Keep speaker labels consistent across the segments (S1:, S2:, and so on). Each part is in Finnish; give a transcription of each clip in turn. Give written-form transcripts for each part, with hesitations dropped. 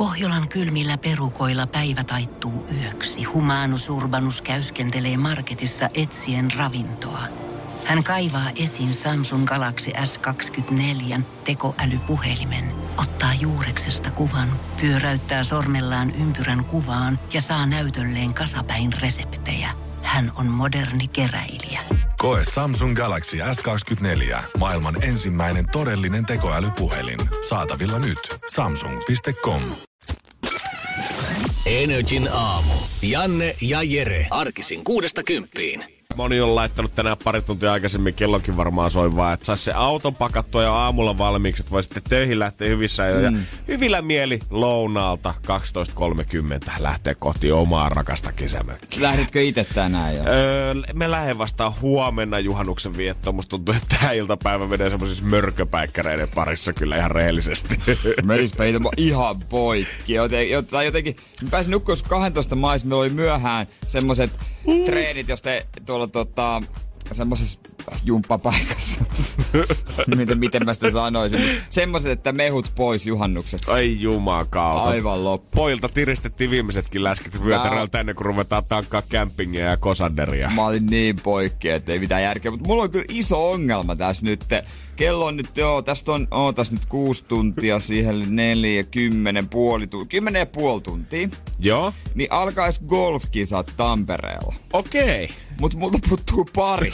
S1: Pohjolan kylmillä perukoilla päivä taittuu yöksi. Humanus Urbanus käyskentelee marketissa etsien ravintoa. Hän kaivaa esiin Samsung Galaxy S24 tekoälypuhelimen, ottaa juureksesta kuvan, pyöräyttää sormellaan ympyrän kuvaan ja saa näytölleen kasapäin reseptejä. Hän on moderni keräilijä.
S2: Koe Samsung Galaxy S24. Maailman ensimmäinen todellinen tekoälypuhelin. Saatavilla nyt. Samsung.com.
S3: Energin aamu. Janne ja Jere. Arkisin 6–10.
S4: Moni on laittanut tänään pari tuntia aikaisemmin, kellokin varmaan soi vaan, että saisi se auton pakattua jo aamulla valmiiksi, että voi sitten töihin lähteä hyvissä ajoin. Ja hyvillä mieli lounaalta 12.30 lähtee kohti omaa rakasta kesämökkiä.
S5: Lähditkö itse tänään jo?
S4: Me lähden vasta huomenna juhannuksen viettoon. Musta tuntuu, että tämä iltapäivä menee semmoisissa mörköpäikkäreiden parissa kyllä ihan rehellisesti.
S5: Menispä ihan poikki. Jotenkin, mä pääsin nukkumaan 12 maissa, me oli myöhään semmoset treenit, jos te tuolla semmosessa jumppapaikassa. miten mä sitä sanoisin. Semmoset, että mehut pois juhannukseksi.
S4: Ai jumakauta.
S5: Aivan loppu.
S4: Poilta tiristettiin viimeisetkin läskit vyötäröllä tänne, kun ruvetaan tankkaa campingia ja kosanderia.
S5: Mä olin niin poikki, ettei mitään järkeä. Mutta mulla on kyllä iso ongelma tässä nyt. Kello on nyt, tästä on tässä nyt 6 tuntia, siihen 4, 10,5 tuntia.
S4: Joo. Niin
S5: alkais golfkisat Tampereella.
S4: Okei.
S5: Mut multa puuttuu pari.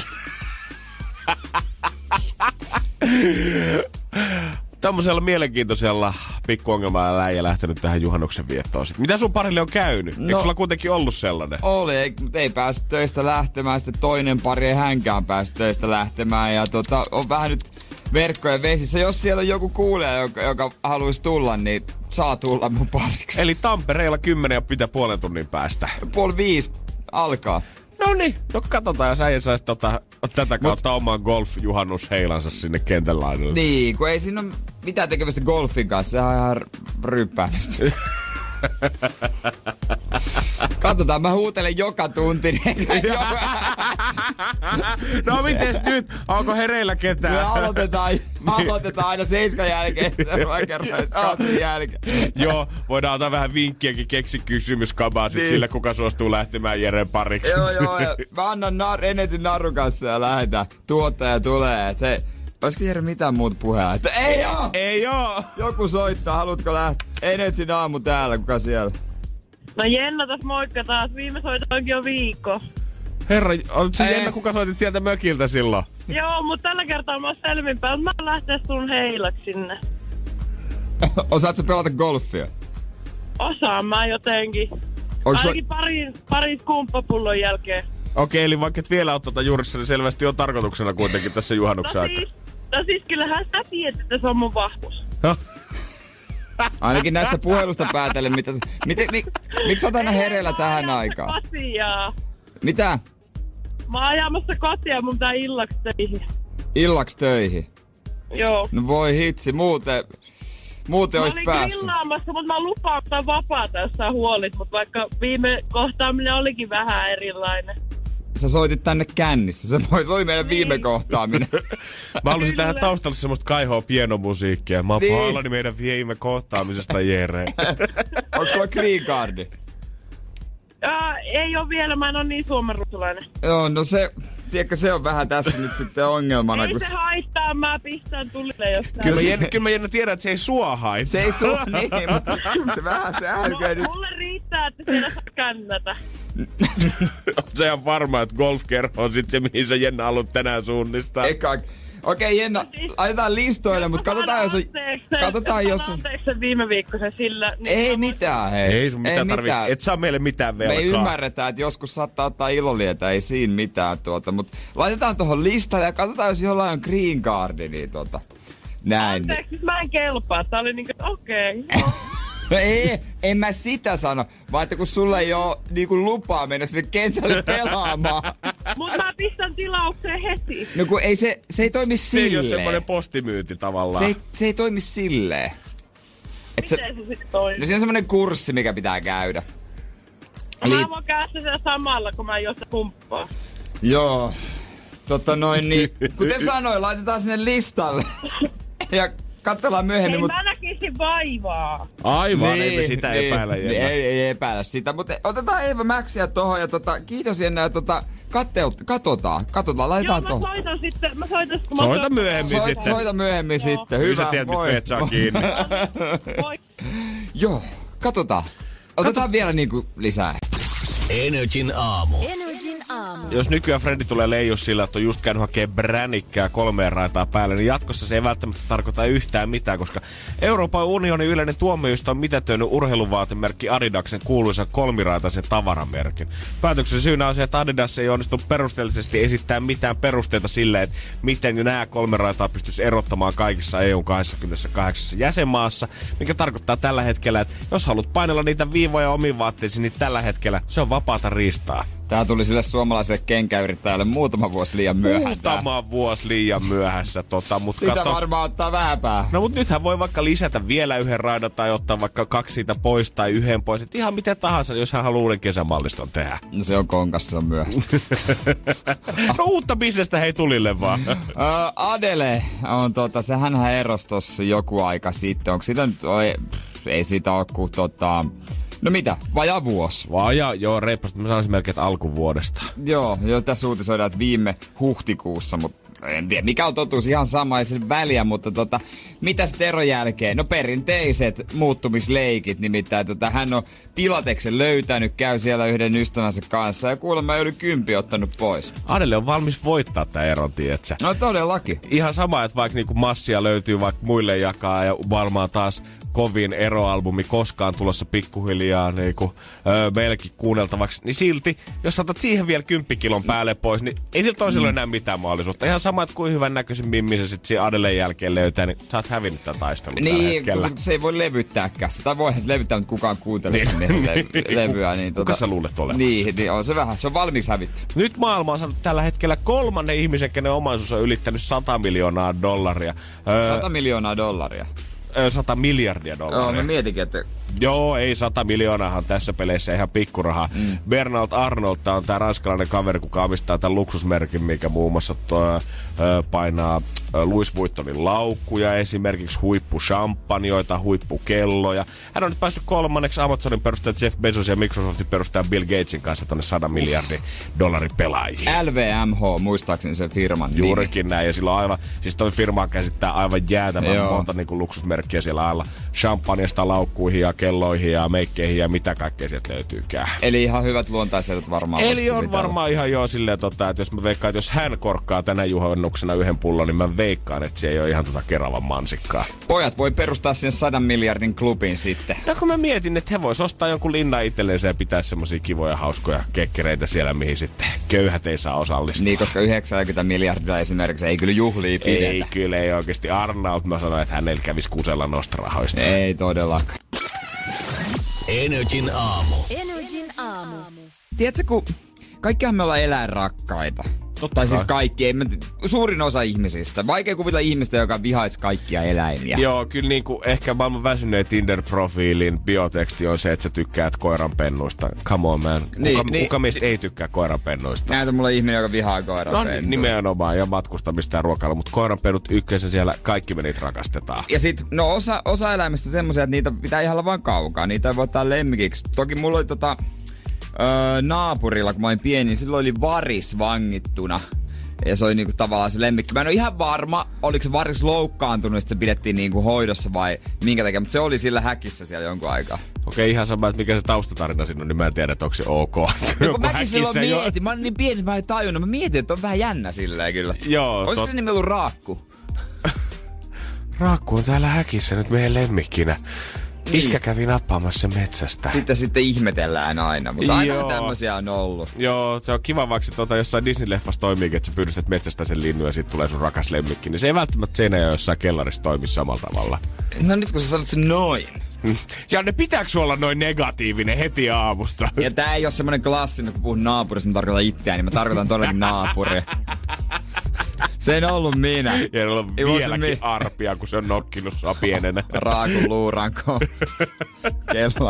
S4: Tämmöisellä mielenkiintoisella pikkuongelmalla läijä lähtenyt tähän juhannuksen viettoon. Mitä sun parille on käynyt? Eikö sulla kuitenkin ollut sellainen?
S5: Oli, ei pääse töistä lähtemään. Sitten toinen pari ei hänkään pääse töistä lähtemään. Ja on vähän nyt verkkojen vesissä. Jos siellä on joku kuulija, joka haluaisi tulla, niin saa tulla mun pariksi.
S4: Eli Tampereella 10,5 tunnin päästä.
S5: 4:30 alkaa.
S4: No niin, katsotaan, jos äijä saisi tätä kautta oman golf-juhannusheilansa sinne kentän laidalle.
S5: Niin, kun ei siinä ole mitään tekemistä golfin kanssa, se on ihan ryppäämistä. Katsotaan, mä huutelen joka tunti.
S4: No mites nyt? Onko hereillä ketään?
S5: Me aloitetaan aina 7 jälkeen. Mä kerroin 8 jälkeen.
S4: Joo, voidaan ottaa vähän vinkkiäkin, keksi kysymyskabaa sit sille, kuka suostuu lähtemään Jeren pariksi.
S5: Joo. Mä annan Energy narun kanssa ja lähetään. Tuottaja tulee, että hei, olisiko Jere mitään muuta puhea? Että ei oo! Joku soittaa, haluatko lähteä? Energyn aamu täällä, kuka siellä?
S6: No Jenna tässä moikka taas. Viime soitoinkin jo viikko.
S4: Herra, olit se Jenna, kuka soitit sieltä mökiltä silloin?
S6: Joo, mutta tällä kertaa mä oon selvinpäin. Mä lähtee sun heilaksi sinne.
S5: Osaatko pelata golfia?
S6: Osaan mä jotenkin. Ainakin pari kumppapullon jälkeen.
S4: Okei, eli vaikka et vielä ole juurissa, niin selvästi on tarkoituksena kuitenkin tässä juhannuksen aikaa.
S6: No siis kyllähän sä tiedät, että se on mun vahvuus.
S5: Ainakin näistä puhelusta päätellen, miksi oot aina hereillä tähän aikaan?
S6: Kotia.
S5: Mitä?
S6: Mä oon ajamassa kotia, mun pitää illaksi töihin.
S5: Illaksi töihin?
S6: Joo.
S5: No voi hitsi, muuten ois päässyt.
S6: Mä olin grillaamassa, mutta mä lupaan ottaa vapaata, jos sä huolit. Mutta vaikka viime kohtaaminen olikin vähän erilainen.
S5: Sä soitit tänne kännissä. Se oli meidän viime kohtaaminen.
S4: Mä halusin tähän taustalle semmoista kaihoa pienomusiikkia. Mä oon pahoillani meidän viime kohtaamisesta, Jere.
S5: Onks sulla green cardi?
S6: Ei oo vielä, mä en oo niin suomenruotsalainen.
S5: Joo, no se on vähän tässä nyt sitten ongelmana.
S6: Ei se haittaa, mä pistän tulille jostain.
S4: Kyllä mä Jenna tiedän, että se ei sua haittaa.
S5: Se ei sua, niin, mutta se vähän se älkää nyt.
S6: Mulle riittää, että siellä saa kännätä.
S4: Oot sä ihan varma, että golfkerho on sit se, mihin sä Jenna haluat tänään suunnistaa?
S5: Okei, Jenna, laitetaan listoille, mutta katsotaan jos...
S6: Anteeksi sen viime viikkoisen sillä... Niin
S5: ei mitään, hei.
S4: Ei sun mitään tarvitse. Et saa meille mitään velkaa.
S5: Me ymmärretään, että joskus saattaa ottaa ilolietä, ei siinä mitään mutta laitetaan tohon listalle ja katsotaan, jos jollain on green cardi, niin näin.
S6: Anteeksi, mä en kelpaa. Tää oli niinku, okei.
S5: No en mä sitä sano, vaan että kun sulla ei oo niinku lupaa mennä sinne kentälle pelaamaan.
S6: Mut mä pistän tilaukseen heti.
S5: No kun se ei toimi silleen.
S4: Se ei oo semmonen postimyynti tavallaan.
S5: Se ei toimi silleen.
S6: Miten se sit toimii?
S5: No siinä on semmonen kurssi, mikä pitää käydä.
S6: Mä voin käydä siellä samalla, kun mä jossain pumppaan.
S5: Joo. Niin kuten sanoin, laitetaan sinne listalle. Ja katsellaan myöhemmin.
S6: Hei, mä näkisin vaivaa.
S4: Aivan, ei me sitä epäillä.
S5: Ei epäillä sitä, mutta otetaan Eva Maxia tohon ja kiitos Jenna ja katsotaan, laitetaan
S6: tohon. Joo, mä soitan sitten.
S4: Soita myöhemmin sitten.
S5: Soita myöhemmin sitten, hyvä.
S4: Kyllä sä tiedät, mistä meidät saa kiinni.
S5: Joo, katsotaan. Otetaan vielä niinku lisää.
S3: Energin aamu.
S4: Jos nykyään Freddy tulee leijus sillä, että on just käynyt hakemaan bränikkää 3 raitaa päälle, niin jatkossa se ei välttämättä tarkoita yhtään mitään, koska Euroopan unionin yleinen tuomioistuin on mitätöinyt urheiluvaatemerkki Adidaksen kuuluisan 3-raitaisen tavaramerkin. Päätöksen syynä on se, että Adidas ei onnistu perusteellisesti esittää mitään perusteita sille, että miten nämä 3 raitaa pystyisi erottamaan kaikissa EUn 28 jäsenmaassa, mikä tarkoittaa tällä hetkellä, että jos haluat painella niitä viivoja omiin vaatteisiin, niin tällä hetkellä se on vapaata riistaa.
S5: Tää tuli sille suomalaiselle kenkäyrittäjälle muutama vuosi liian myöhään.
S4: Muutama vuosi liian myöhässä. Mutta
S5: sitä varmaan ottaa vähän päähän.
S4: No mut nythän voi vaikka lisätä vielä 1 raidan tai ottaa vaikka 2 siitä pois tai 1 pois. Et ihan miten tahansa, jos hän haluaa uuden kesämalliston tehdä.
S5: No se on konkassa, se on myöhäistä.
S4: No uutta bisnestä hei tulille vaan.
S5: Adele on sehän erosi tossa joku aika sitten. Onko sitä nyt, ei siitä ole kuin no mitä, vajaa vuosi.
S4: Joo, reippaasti. Mä sanoisin melkein, että alkuvuodesta.
S5: Joo, tässä uutisoidaan, että viime huhtikuussa, mutta en tiedä mikä on totuus, ihan sama ei sen väliä, mutta mitä sitten eron jälkeen? No perinteiset muuttumisleikit, nimittäin hän on Pilateksen löytänyt, käy siellä yhden ystävänsä kanssa ja kuulemma yli 10 ottanut pois.
S4: Adele on valmis voittaa tää eron, tietsä.
S5: No todellakin.
S4: Ihan sama, että vaikka niinku massia löytyy vaikka muille jakaa ja varmaan taas kovin eroalbumi koskaan tulossa pikkuhiljaa niinku, meillekin kuunneltavaksi, niin silti, jos saatat siihen vielä 10 kilon päälle pois, niin ei siltä toisella enää mitään mahdollisuutta. Ihan sama, että kuin hyvän näköisen mimmi se sitten Adelen jälkeen löytää, niin sä oot hävinnyt tämän taistelun tällä hetkellä.
S5: Se ei voi levyttääkään. Tai voihan se levyttää, mutta kukaan kuuntelee levyä. Niin,
S4: kuka sä luulet olemassa?
S5: Niin, on se vähän. Se on valmiiksi hävitty.
S4: Nyt maailma on saanut tällä hetkellä 3. ihmisen, kenen omaisuus on ylittänyt $100 miljoonaa.
S5: $100 miljoonaa?
S4: 100 miljardia dollaria.
S5: Joo, mä mietinkin, että...
S4: Joo, ei 100 miljoonaahan tässä peleissä ihan pikkurahaa. Bernard Arnault on tää ranskalainen kaveri, kuka omistaa tämän luksusmerkin, mikä muun muassa painaa Louis Vuittonin laukkuja, esimerkiksi huippushampanjoita, huippukelloja. Hän on nyt päässyt 3. Amazonin perustaja Jeff Bezos ja Microsoftin perustaja Bill Gatesin kanssa tonne $100 miljardin pelaajiin.
S5: LVMH, muistaakseni sen firman nimi.
S4: Juurikin näin, ja sillä on aivan, siis toi firma käsittää aivan jäätävän monta niinku luksusmerkkiä siellä alla. Champanjasta laukkuihin ja kelloihin ja meikkeihin ja mitä kaikkea sieltä löytyykään.
S5: Eli ihan hyvät luontaisedut varmaan.
S4: Eli on varmaan ihan joo silleen, että jos mä veikkaan, että jos hän korkkaa tänä juhannuksena 1 pullon, niin mä veikkaan, että se ei ole ihan Keravan mansikkaa.
S5: Pojat voi perustaa sen 100 miljardin klubin sitten.
S4: No kun mä mietin, että he vois ostaa jonkun linnan itsellensä ja pitää semmosia kivoja, hauskoja kekkereitä siellä, mihin sitten köyhät ei saa osallistua.
S5: Niin, koska 90 miljardia esimerkiksi ei kyllä juhlia pidetä.
S4: Ei kyllä, ei oikeesti. Arnault mä sanoin, että hänellä kävisi kusella nostarahoista.
S5: Ei todellakaan.
S3: Energin aamu.
S5: Tiedätkö, kun kaikkihan me ollaan eläinrakkaita. Tai siis kaikki, suurin osa ihmisistä. Vaikea kuvitella ihmistä, joka vihaisi kaikkia eläimiä.
S4: Joo, kyllä niinku ehkä maailman väsyneen Tinder-profiilin bioteksti on se, että sä tykkäät koiranpennuista. Come on, man. Kuka meistä ei tykkää koiranpennuista?
S5: Näytä mulle ihminen, joka vihaa koiranpennuista.
S4: No nimenomaan, ja matkustamista ja ruokailu, mutta koiranpennut ykkösen siellä, kaikki me niitä rakastetaan.
S5: Ja sit, no osa eläimistä on semmosia, että niitä pitää ihan olla vaan kaukaa. Niitä ei voi ottaa lemmikiksi. Toki mulla oli naapurilla, kun mä olin pieni, niin silloin oli varis vangittuna. Ja se oli niinku tavallaan se lemmikki. Mä en ole ihan varma, oliko se varis loukkaantunut, että se pidettiin niinku hoidossa vai minkä takia. Mutta se oli sillä häkissä siellä jonkun aikaa.
S4: Okei, ihan sama, että mikä se taustatarina siinä on, niin mä en tiedä, että onko se ok.
S5: No, kun mäkin silloin mietin, mä olin niin pieni, mä en tajunnut. Mä mietin, että on vähän jännä silleen kyllä.
S4: Joo.
S5: Olisiko se nimi ollut Raakku?
S4: Raakku on täällä häkissä nyt meidän lemmikkinä. Iskä kävi nappaamassa metsästä.
S5: Sitten ihmetellään aina, mutta aina tämmösiä on ollut.
S4: Joo, se on kiva vaikka jossain Disney-leffassa toimii, että sä pyydystät metsästä sen linnun ja sit tulee sun rakas lemmikki. Niin se ei välttämättä siinä jossain kellarissa toimi samalla tavalla.
S5: No nyt kun sä sanot sen noin.
S4: Ja ne pitääks olla noin negatiivinen heti aamusta?
S5: Ja tää ei oo semmonen klassinen, kun puhun naapurista, mä tarkoitan itseään, niin mä tarkoitan todellakin naapuria. Se ei ollut minä.
S4: Ja on vieläkin arpia, kun se on nokkinut sua pienenä.
S5: Raakun luuranko. Kello.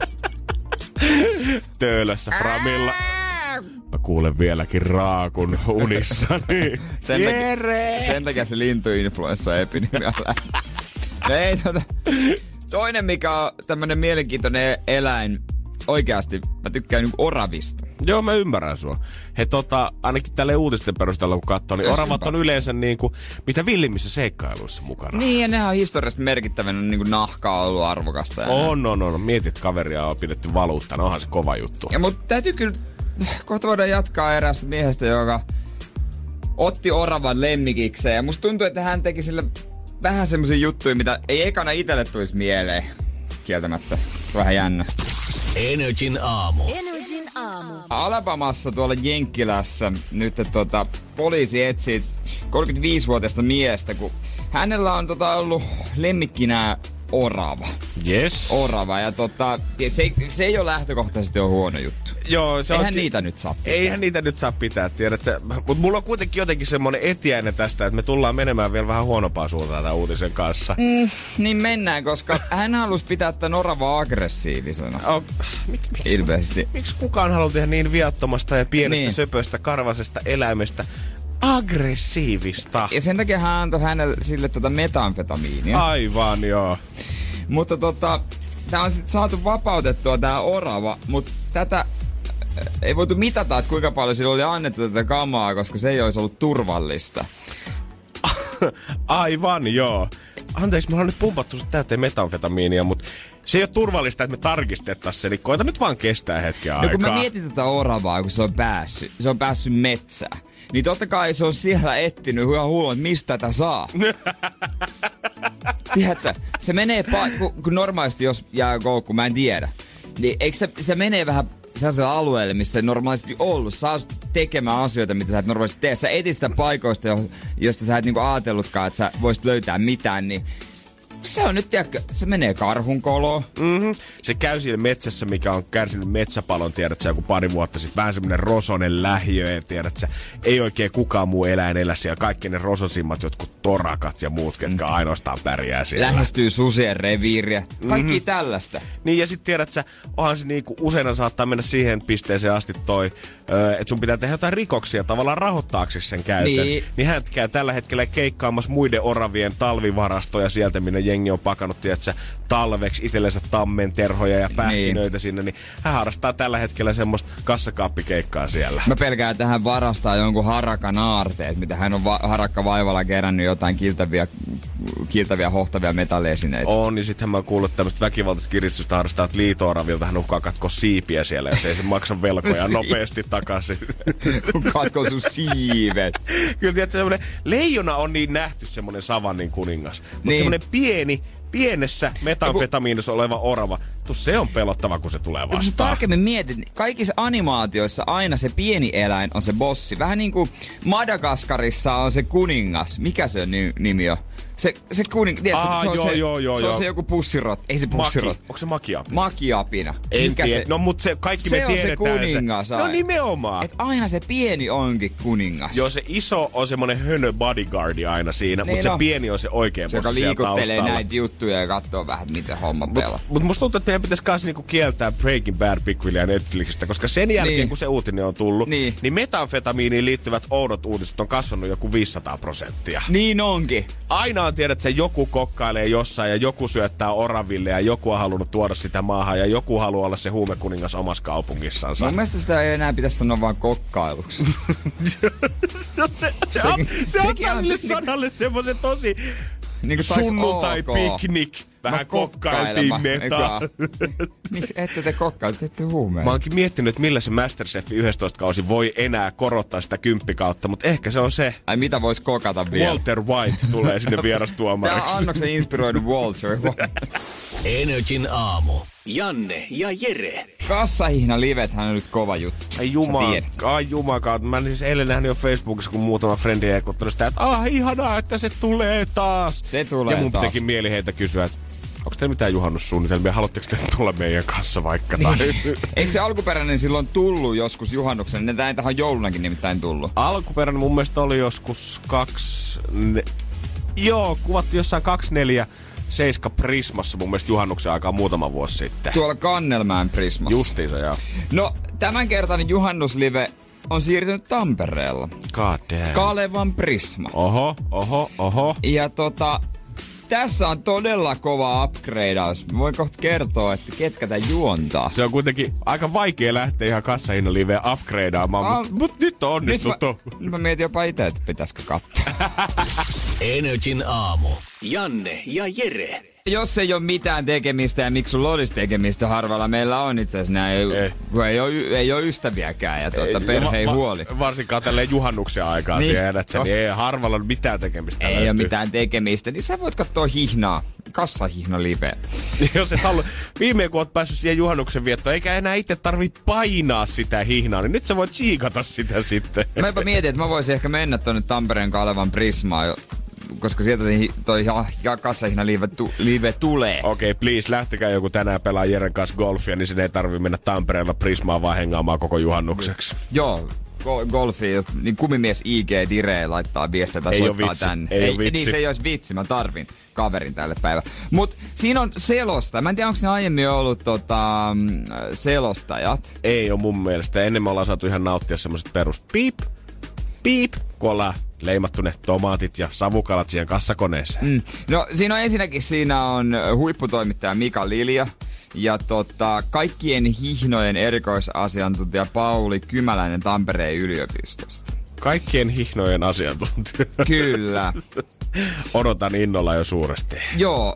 S4: Töölössä Framilla. Mä kuulen vieläkin Raakun unissani.
S5: Sen takia se lintuinfluenssa-epidemia lähti. Ei, toinen, mikä on tämmönen mielenkiintoinen eläin, oikeasti mä tykkään niinku oravista.
S4: Joo, mä ymmärrän sua. He ainakin tälle uutisten perusteella kun katsoo, niin oravat on yleensä niinku, mitä villimmissä seikkailuissa mukana.
S5: Niin, ja nehän on historiallisesti merkittävänä niinku nahkaa ollut arvokasta.
S4: On. Mietit, kaveria on pidetty valuuttana, onhan se kova juttu.
S5: Ja mutta täytyy kyllä, kohta voidaan jatkaa eräästä miehestä, joka otti oravan lemmikikseen. Ja musta tuntuu, että hän teki sille vähän semmosia juttuja, mitä ei ekana itselle tulisi mieleen. Kieltämättä. Vähän jännä.
S3: Energin aamu.
S5: Alabamassa tuolla Jenkkilässä nyt poliisi etsii 35-vuotiaista miestä, kun hänellä on ollut lemmikkinä orava.
S4: Yes.
S5: Orava, ja se ei ole lähtökohtaisesti ole huono juttu.
S4: Joo, se
S5: eihän niitä nyt saa pitää.
S4: Eihän niitä nyt saa pitää, tiedätkö? Mutta mulla on kuitenkin jotenkin semmonen etiäinen tästä, että me tullaan menemään vielä vähän huonompaa suuntaan tämän uutisen kanssa.
S5: Niin mennään, koska hän halusi pitää tämän oravaa aggressiivisena. Ilmeisesti.
S4: Miksi kukaan haluaa tehdä niin viattomasta ja pienestä söpöstä karvasesta eläimestä aggressiivista?
S5: Ja sen takia hän antoi sille metamfetamiinia.
S4: Aivan, joo.
S5: Mutta tää on sitten saatu vapautettua tää orava, mutta tätä ei voitu mitata, että kuinka paljon sillä oli annettu tätä kamaa, koska se ei olisi ollut turvallista.
S4: Aivan, joo. Anteeksi, me ollaan nyt pumpattu täyteen metamfetamiinia, mutta se ei ole turvallista, että me tarkistettaisiin se, niin koita nyt vaan kestää hetken aikaa.
S5: No kun mä mietin tätä oravaa, kun se on päässyt metsään, niin totta kai se on siellä etsinyt ihan huolon, että mistä tätä saa. Tiedätkö, se menee kun normaalisti jos jää koukku, mä en tiedä, niin eikö se menee vähän sellaiselle alueelle, missä se normaalisti ollut. Saa tekemään asioita, mitä sä et normaalisti tee. Sä etit sitä paikoista, josta sä et niinku ajatellutkaan, että sä voisit löytää mitään, niin se on nyt, tiedätkö, se menee karhunkoloon.
S4: Mm-hmm. Se käy siinä metsässä, mikä on kärsinyt metsäpalon, tiedätkö, joku pari vuotta sitten. Vähän semmonen rosonen lähiö, tiedätkö, ei oikein kukaan muu eläin elä siellä. Kaikki ne rososimmat, jotkut torakat ja muut, ketkä ainoastaan pärjää siellä.
S5: Lähestyy susien reviiriä. Kaikki tällaista.
S4: Niin, ja sit tiedätkö, onhan se niinku usein saattaa mennä siihen pisteeseen asti että sun pitää tehdä jotain rikoksia tavallaan rahoittaaksesi sen käytön. Niin hän käy tällä hetkellä keikkaamassa muiden oravien talvivarastoja sieltä, minne jengi on pakannut, tiedätkö, talveksi itsellensä tammenterhoja ja pähkinöitä sinne, niin hän harrastaa tällä hetkellä semmoista kassakaappikeikkaa siellä.
S5: Mä pelkään, että hän varastaa jonkun harakan aarteet, mitä hän on harakka vaivalla kerännyt jotain kiiltäviä hohtavia metalliesineitä.
S4: On, niin sittenhän mä oon kuullut tämmöistä väkivaltaista kiristystä harrastaa, että liito-oravilta hän uhkaa katkoa siipiä siellä, jos ei se maksa velkoja nopeasti takaisin.
S5: Katko sun siivet.
S4: Kyllä tiedätkö, semmonen leijona on niin nähty semmonen savannin kuningas. Mutta
S5: niin.
S4: semmonen pienessä metamfetamiinissa oleva orava, se on pelottava, kun se tulee vastaan.
S5: Kun tarkemmin mietit, kaikissa animaatioissa aina se pieni eläin on se bossi. Vähän niin kuin Madagaskarissa on se kuningas. Mikä se nimi on? Se kuningas, se on se joku pussirotta. Ei se pussirotta.
S4: Onko se makiapina?
S5: Makiapina.
S4: En tiedä. No mut se kaikki me tiedetään.
S5: Se on se kuningas.
S4: No nimenomaan.
S5: Et aina se pieni onkin kuningas.
S4: Joo, se iso on semmonen hönö bodyguardi aina siinä, niin mutta se pieni on se oikea bossi
S5: siellä taustalla. Se, joka liikuttelee näitä juttuja ja katsoo vähän, miten homma pelaa.
S4: Mut musta tuntuu, että meidän pitäisi kanssa niinku kieltää Breaking Bad pikkuhiljaa Netflixistä, koska sen jälkeen, kun se uutinen on tullut, niin metamfetamiiniin liittyvät oudot uutiset on kasvanut joku 500%.
S5: Niin onkin.
S4: Aina on tiedät, että se joku kokkailee jossain ja joku syöttää oraville ja joku on halunnut tuoda sitä maahan ja joku haluaa olla se huumekuningas omassa kaupungissansa.
S5: Mun mielestä sitä ei enää pitäisi sanoa vaan kokkailuksi.
S4: se antaa sille sanalle semmoisen tosi
S5: niin
S4: sunnuntai-piknik. Vähän kokkailtiin metaa.
S5: Ette te kokkailette, ette huumeja.
S4: Mä oonkin miettinyt, että millä se Masterchef 11 kausi voi enää korottaa sitä 10 kautta, mutta ehkä se on se.
S5: Ai mitä vois kokata vielä?
S4: Walter White tulee sinne vierastuomariksi.
S5: Tää annoksen inspiroinut Walter White.
S3: Energin aamu. Janne ja Jere.
S5: Kassahihna-livethän on nyt kova juttu.
S4: Ai jumakaat. Mä siis eilen nähnyt jo Facebookissa, kun muutama frendi ei ekottanut sitä, että ihanaa, että se tulee taas.
S5: Se tulee taas.
S4: Ja mun teki mieli heitä kysyä, että onko teillä mitään juhannussuunnitelmia? Haluatteko te tulla meidän kanssa vaikka?
S5: Niin. Eikö se alkuperäinen silloin tullut joskus juhannuksen? Näitähän on joulunakin nimittäin tullut.
S4: Alkuperäinen mun mielestä oli joskus kuvattiin jossain 247 Prismassa mun mielestä juhannuksen aikaa muutama vuosi sitten.
S5: Tuolla Kannelmäen Prismassa.
S4: Justiinsa, joo.
S5: No, tämänkertainen juhannuslive on siirtynyt Tampereella.
S4: God damn.
S5: Kalevan Prisma.
S4: Oho.
S5: Ja tässä on todella kova upgradeaus. Voin kohta kertoa, että ketkä tän juontaa.
S4: Se on kuitenkin aika vaikea lähteä ihan kassahinnan liveen upgradeaamaan, mutta nyt on onnistuttu.
S5: Nyt mä mietin jopa itse, että pitäisikö katsoa.
S3: Energin aamu. Janne ja Jere.
S5: Jos ei ole mitään tekemistä ja miksi sulla olisi tekemistä, harvalla meillä on itse asiassa näin, kun ei ole ystäviäkään ja perhe ei huoli.
S4: Varsinkaan tälleen juhannuksen aikaa, niin, tiedät sä, niin ei harvalla ole mitään tekemistä.
S5: Ei ole mitään tekemistä, niin sä voit katsoa hihnaa, kassahihna live.
S4: Jos et halua, viimein kun oot päässyt siihen juhannuksen viettoon, eikä enää itse tarvitse painaa sitä hihnaa, niin nyt sä voit siikata sitä sitten.
S5: Mä jopa mietin, että mä voisin ehkä mennä tonne Tampereen Kalevan Prismaan, koska sieltä se toi kassahihna live tulee.
S4: Okei, please, lähtekää joku tänään pelaa Jeren kanssa golfia, niin sen ei tarvi mennä Tampereella Prismaan vaan hengaamaan koko juhannukseksi.
S5: Joo, golfi, niin kumimies IG Dire laittaa viestiä tai soittaa tänne.
S4: Ei ole vitsi.
S5: Niin se ei olisi vitsi, mä tarvin kaverin tälle päivä. Mut siinä on selosta. Mä en tiedä, onko ne aiemmin ollut selostajat.
S4: Ei ole mun mielestä. Ennen me ollaan saatu ihan nauttia semmoset perus piip, kun ollaan leimattu ne tomaatit ja savukalat siihen kassakoneeseen.
S5: No siinä on huipputoimittaja Mika Lilja ja kaikkien hihnojen erikoisasiantuntija Pauli Kymäläinen Tampereen yliopistosta.
S4: Kaikkien hihnojen asiantuntija.
S5: Kyllä.
S4: Odotan innolla jo suuresti.
S5: Joo,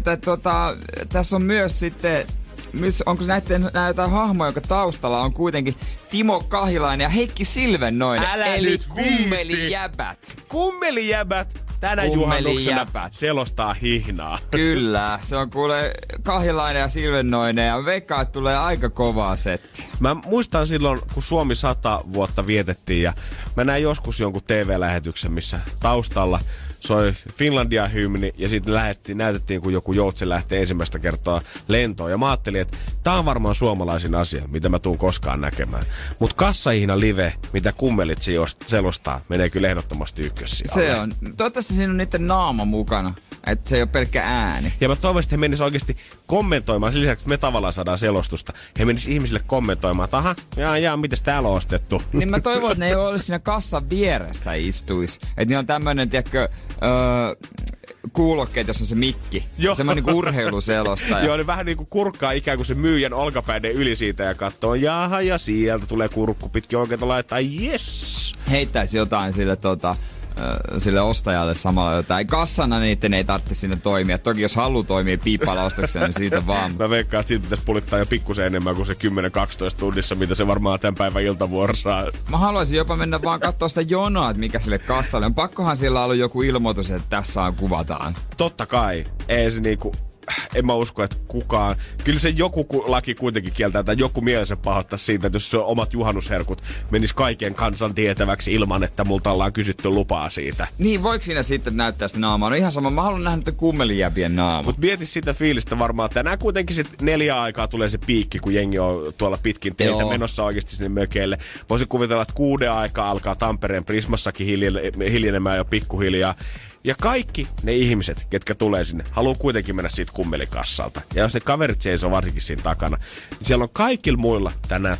S5: tässä on myös sitten, onko nämä jotain hahmoja, joka taustalla on kuitenkin Timo Kahilainen ja Heikki Silvennoinen. Eli kummelijäbät.
S4: Kummelijäbät tänä juhannuksena selostaa hihnaa.
S5: Kyllä, se on kuule Kahilainen ja Silvennoinen ja veikkaa, että tulee aika kovaa setti.
S4: Mä muistan silloin, kun Suomi 100 vuotta vietettiin ja mä näin joskus jonkun TV-lähetyksen, missä taustalla soi Finlandia-hymni ja sitten näytettiin, kun joku joutsen lähtee ensimmäistä kertaa lentoon. Ja mä ajattelin, että tää on varmaan suomalaisin asia, mitä mä tuun koskaan näkemään. Mut kassahihna live, mitä kummelitsi selostaa, menee kyllä ehdottomasti ykkössijalle.
S5: Se on. Toivottavasti siinä on niiden naama mukana. Että se ei ole pelkkä ääni.
S4: Ja mä toivon, että he menis oikeasti kommentoimaan. Sen lisäksi, että me tavallaan saadaan selostusta. He menis ihmisille kommentoimaan, että aha, mites täällä on ostettu.
S5: Niin mä toivon, että ne ei ole siinä kassan vieressä istuis. Että niin on tämmönen, tiedätkö, kuulokkeet, jossa on se mikki. Joo. Semmoinen niin urheiluselostaja.
S4: Joo, niin vähän niin kuin kurkkaa ikään kuin se myyjän olkapäiden yli siitä ja katsoo, jaha, ja sieltä tulee kurkku pitkin oikein laittaa, yes.
S5: Heittäisi jotain sille ostajalle samalla jotain. Kassana niiden ei tarvitse sinne toimia. Toki jos haluaa toimia piippailla ostoksella, niin siitä vaan.
S4: Mä veikkaan, että siitä pitäisi pulittaa jo pikkusen enemmän kuin se 10-12 tunnissa, mitä se varmaan tämän päivän iltavuorossa.
S5: Mä haluaisin jopa mennä vaan katsoa sitä jonoa, että mikä sille kassalle on. Pakkohan siellä ollut joku ilmoitus, että tässä kuvataan.
S4: Totta kai. Ei se niinku... En mä usko, että kukaan... Kyllä se joku laki kuitenkin kieltää, tai joku mielensä pahoittaisi siitä, että jos se omat juhannusherkut menis kaiken kansan tietäväksi ilman, että multa ollaan kysytty lupaa siitä.
S5: Niin, voiko siinä sitten näyttää sitä naamaa? No ihan sama, mä haluan nähdä niitä kummelijäbien naamaa.
S4: Mut mieti sitä fiilistä varmaan, tänään kuitenkin sit 4 aikaa tulee se piikki, kun jengi on tuolla pitkin teitä menossa oikeasti sinne mökeille. Voisin kuvitella, että 6 aikaa alkaa Tampereen Prismassakin hiljenemään jo pikkuhiljaa. Ja kaikki ne ihmiset, ketkä tulee sinne, haluaa kuitenkin mennä siitä kummelikassalta. Ja jos ne kaverit seisoo varsinkin siinä takana, niin siellä on kaikilla muilla tänään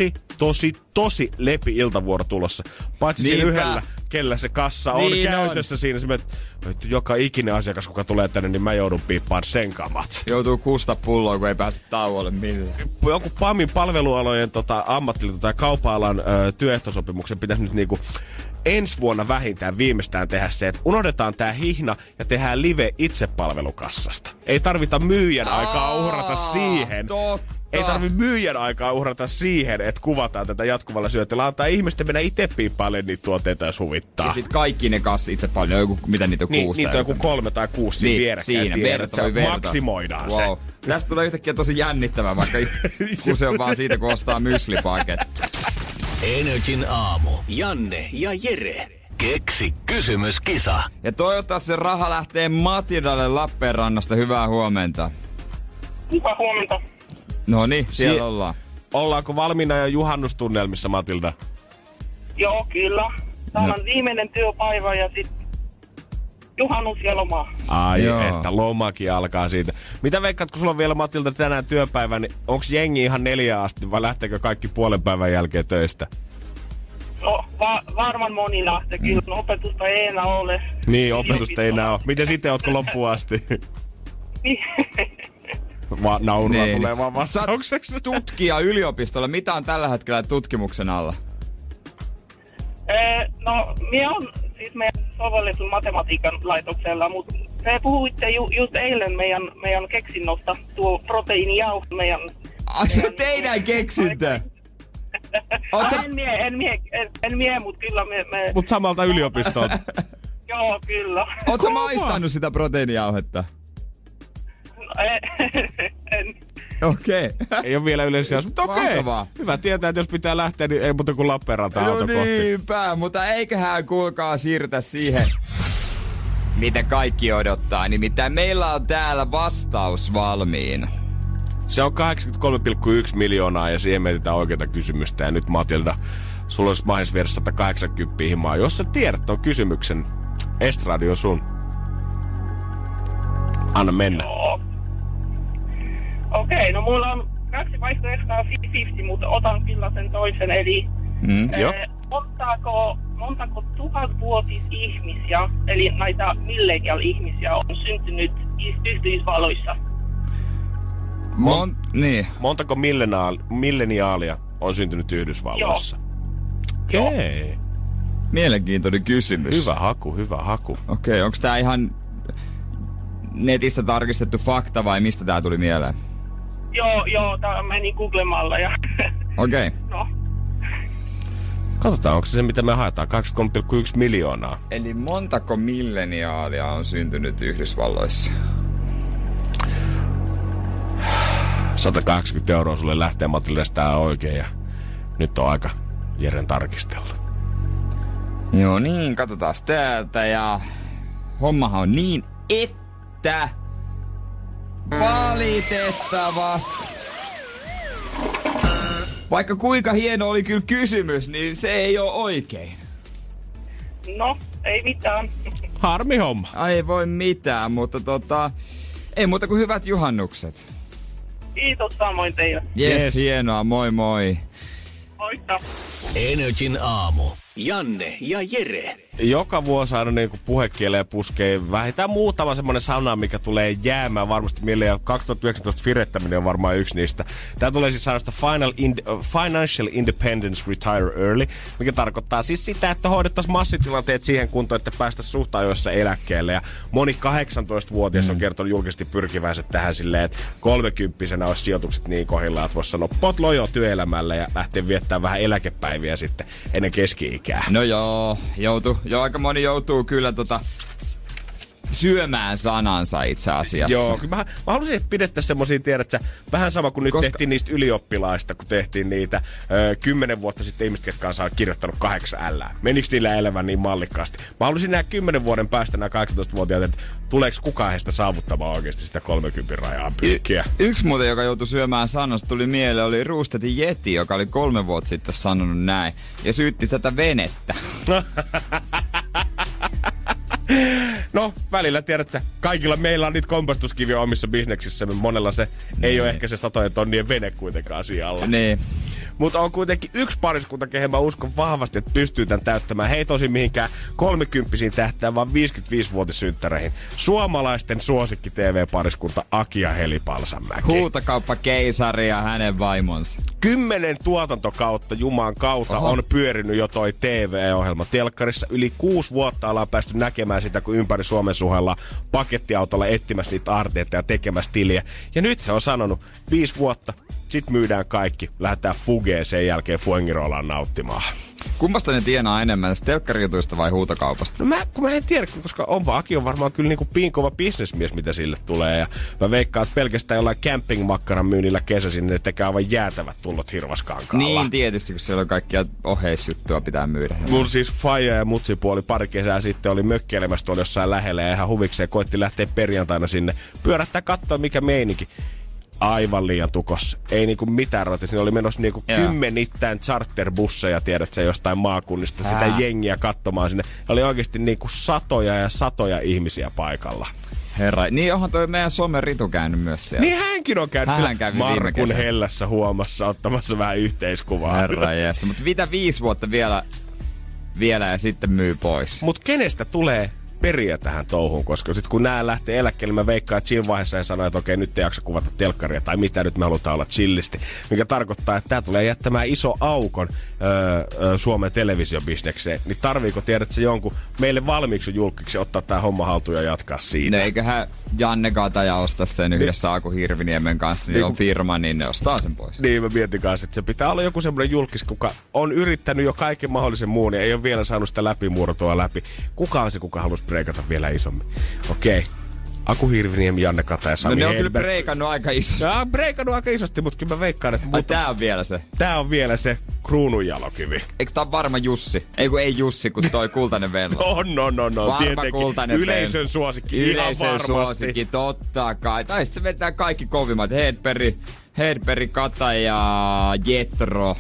S4: tosi lepi iltavuoro tulossa. Paitsi siinä yhdellä, kellä se kassa on niin käytössä on. Siinä. Että joka ikinen asiakas, kuka tulee tänne, niin mä joudun piippaan sen kamat.
S5: Joutuu kusta pulloon, kun ei pääse tauolle millään.
S4: Joku PAMin palvelualojen ammattiliiton tai kaupa-alan työehtosopimuksen pitäisi nyt niinku ensi vuonna vähintään viimeistään tehdä se, että unohdetaan tää hihna ja tehdään live itsepalvelukassasta. Ei tarvita myyjän aikaa uhrata siihen.
S5: Totta.
S4: Ei tarvi myyjän aikaa uhrata siihen, että kuvataan tätä jatkuvalla syötellä. Antaa ihmisten mennä itse piippailemaan niitä tuotteita, jos huvittaa.
S5: Ja sit kaikki ne kassi itse paljon, joku, mitä niitä on 6.
S4: Niitä on joku 3 tai 6 siinä vierekkäin. Siinä, maksimoidaan se.
S5: Tästä tulee yhtäkkiä tosi jännittävää, vaikka se on vaan siitä, kun ostaa myslipaketti.
S3: Energin aamu. Janne ja Jere. Keksi kysymyskisa.
S5: Ja toivottavasti se raha lähtee Matildalle Lappeenrannasta. Hyvää huomenta.
S6: Hyvää huomenta.
S5: No niin, siellä ollaan.
S4: Ollaanko valmiina jo juhannustunnelmissa, Matilda?
S6: Joo, kyllä. Täällä on viimeinen työpäivä ja sitten juhannus ja loma.
S4: Ai, että lomakin alkaa siitä. Mitä veikkaat, kun sulla on vielä, Matilda, tänään työpäivä, niin onko jengi ihan 4 asti vai lähteekö kaikki puolen päivän jälkeen töistä?
S6: No, varmaan monina. Kyllä opetusta ei enää ole.
S4: Niin, opetusta ei enää ole. Miten sitten, ootko loppuun asti? Naurua
S5: Niin.
S4: tulee vaan vastaukseksi.
S5: Tutkija yliopistolla. Mitä on tällä hetkellä tutkimuksen alla?
S6: No, minä on siis meidän sovelletun matematiikan laitoksella, mutta te puhuitte just eilen meidän keksinnosta, tuo proteiinijauhe meidän...
S5: Se on teidän keksintö!
S6: En mie, mutta kyllä me...
S4: Mut samalta yliopistosta.
S6: Joo, kyllä.
S5: Ootko maistanut sitä proteiinijauhetta?
S6: No, en.
S5: Okei.
S4: Ei ole vielä yleensä, mutta okei.
S5: Mahtavaa.
S4: Hyvä tietää, että jos pitää lähteä, niin ei muuta kuin Lappeenrantaan auto kohti.
S5: Niinpä, mutta eiköhän kuulkaa siirrytä siihen, mitä kaikki odottaa. Nimittäin meillä on täällä vastaus valmiina.
S4: Se on 83,1 miljoonaa ja siihen mietitään oikeita kysymystä. Ja nyt Matilda, sulla olisi mahdollisuus viedä 180 himaa. Jos sä tiedät ton kysymyksen, estradi on sun. Anna mennä.
S6: Okei, no mulla on 2 vaihtoehtoa 50, mutta otan kyllä sen toisen. Eli
S4: Joo.
S6: montako tuhatvuotisihmisiä, eli näitä millennial-ihmisiä on syntynyt Yhdysvalloissa?
S5: Niin.
S4: Montako milleniaalia on syntynyt Yhdysvalloissa?
S6: Joo.
S4: Okei.
S5: Mielenkiintoinen kysymys.
S4: Hyvä haku.
S5: Okei, onko tää ihan netistä tarkistettu fakta vai mistä tää tuli mieleen?
S6: Joo, tää meni googlemalla ja...
S5: Okei.
S6: No.
S4: Katsotaan, onko se mitä me haetaan. 23,1 miljoonaa.
S5: Eli montako milleniaalia on syntynyt Yhdysvalloissa?
S4: 180 € sulle lähtee Matilda tää oikein ja nyt on aika Jeren tarkistella.
S5: Joo niin, katsotaan täältä ja hommahan on niin, että valitettavasti. Vaikka kuinka hieno oli kyllä kysymys, niin se ei ole oikein.
S6: No, ei mitään.
S4: Harmi homma.
S5: Ei voi mitään, mutta ei muuta kuin hyvät juhannukset.
S6: Kiitos samoin teille.
S5: Yes, hienoa, moi moi.
S6: Moikka.
S3: Energin aamu. Janne ja Jere.
S4: Joka vuosi aina niin puhekieleen puskee vähintään muutama semmonen sana, mikä tulee jäämään varmasti mieleen. Ja 2019 firettäminen on varmaan yksi niistä. Tää tulee siis sanasta Financial Independence Retire Early, mikä tarkoittaa siis sitä, että hoidettaisiin massitilanteet siihen kuntoon, että päästä suht ajoissa eläkkeelle. Ja moni 18-vuotias on kertonut julkisesti pyrkivänsä tähän silleen, että 30-vuotiaana olisi sijoitukset niin kohdillaan, että voisi sanoa potlojo työelämälle ja lähteä viettämään vähän eläkepäiviä sitten ennen keski-ikää.
S5: No joo, aika moni joutuu kyllä syömään sanansa itse asiassa.
S4: Joo, mä haluaisin, että pidettäisiin semmosia, tiedätkö, vähän sama kuin nyt tehtiin niistä ylioppilaista, kun tehtiin niitä 10 vuotta sitten ihmiset, ketkä on kirjoittanut 8 L. Menikö niillä elämään niin mallikkaasti? Mä haluaisin nähdä 10 vuoden päästä nämä 18-vuotiaat, että tuleeko kukaan heistä saavuttamaan oikeasti sitä 30 rajaa pyrkkiä.
S5: Yksi muuten, joka joutui syömään sanasta, tuli mieleen, oli Roosted Yeti, joka oli 3 vuotta sitten sanonut näin. Ja syytti tätä venettä.
S4: No, välillä tiedätkö, kaikilla meillä on niitä kompastuskiviä omissa bisneksissä, monella se ei ole ehkä se 100 tonnien vene kuitenkaan siellä.
S5: Niin.
S4: Mutta on kuitenkin yksi pariskunta, kehen mä uskon vahvasti, että pystyy tämän täyttämään. He ei tosin mihinkään 30-vuotiaisiin tähtää, vaan 55-vuotissynttäreihin. Suomalaisten suosikki TV-pariskunta Aki ja Heli Palsamäki.
S5: Huutokauppakeisari ja hänen vaimonsa.
S4: 10 tuotantokautta Jumaan kautta on pyörinyt jo toi TV-ohjelma. Telkkarissa yli 6 vuotta ollaan päästy näkemään sitä, kun ympäri Suomen suhella pakettiautolla etsimässä niitä aarteita ja tekemässä tiliä. Ja nyt he on sanonut 5 vuotta. Sitten myydään kaikki. Lähdetään Fugeen sen jälkeen Fuengirolaan nauttimaan.
S5: Kummasta ne tienaa enemmän, telkkarijutuista vai huutokaupasta?
S4: No mä en tiedä, koska Aki on varmaan kyllä niinku piinkova bisnesmies, mitä sille tulee. Ja mä veikkaan, että pelkästään jollain campingmakkaran myynnillä kesäisin ne tekee aivan jäätävät tullot Hirvaskankaalla.
S5: Niin, tietysti, kun siellä on kaikkia oheisjuttua pitää myydä.
S4: Mun siis faija ja mutsipuoli pari kesää sitten oli mökkeilemässä tuolla jossain lähellä ja ihan huvikseen koitti lähteä perjantaina sinne. Pyörättää katsoa, mikä meininki. Aivan liian tukossa. Ei niinku mitään rotit. Siinä oli menossa niinku 10 charterbusseja, tiedätkö, jostain maakunnista. Sitä jengiä katsomaan sinne. Oli oikeesti niinku satoja ja satoja ihmisiä paikalla.
S5: Herra, niin onhan toi meidän Suomen Ritu käynyt myös siellä.
S4: Niin hänkin on käynyt siellä Markun hellässä huomassa ottamassa vähän yhteiskuvaa.
S5: Herra jeestä, mutta mitä 5 vuotta vielä vielä ja sitten myy pois.
S4: Mut kenestä tulee periä tähän touhuun, koska sit kun nää lähtee eläkkeelle, mä veikkaan, että siinä vaiheessa he sanoo, että okei, nyt ei jaksa kuvata telkkaria tai mitä, nyt me halutaan olla chillisti. Mikä tarkoittaa, että tää tulee jättämään iso aukon Suomen televisiobisnekseen. Niin tarviiko, tiedätkö jonkun meille valmiiksi julkiksi ottaa tää homma haltuun ja jatkaa siitä?
S5: No eiköhän Janne Kataja ostaa sen yhdessä Aku Hirviniemen kanssa, niin on firma, niin ne ostaa sen pois.
S4: Niin, mä mietin kanssa, että se pitää olla joku semmoinen julkis, kuka on yrittänyt jo kaiken mahdollisen muun ja ei ole vielä saanut sitä läpimurtoa läpi. Kuka on se, kuka haluaisi breikata vielä isommin? Okei. Aku Hirviniemi, Janne Kataja, Sami
S5: Hedberg. No ne on
S4: Hedberg.
S5: kyllä breikannut aika isosti.
S4: No, breikannut aika isosti, mutta kyllä mä veikkaan, että...
S5: Tää on vielä se.
S4: Tää on vielä se kruununjalokivi.
S5: Eiks tää on varma Jussi? Ei Jussi, kun toi Kultainen Vello.
S4: No.
S5: Varma
S4: Tietenkin.
S5: Kultainen
S4: Yleisön suosikki,
S5: Yleisön
S4: ihan varmasti.
S5: suosikki, totta kai. Tai sit se vetää kaikki kovimmat. Hedberg, Kataja, Jetro.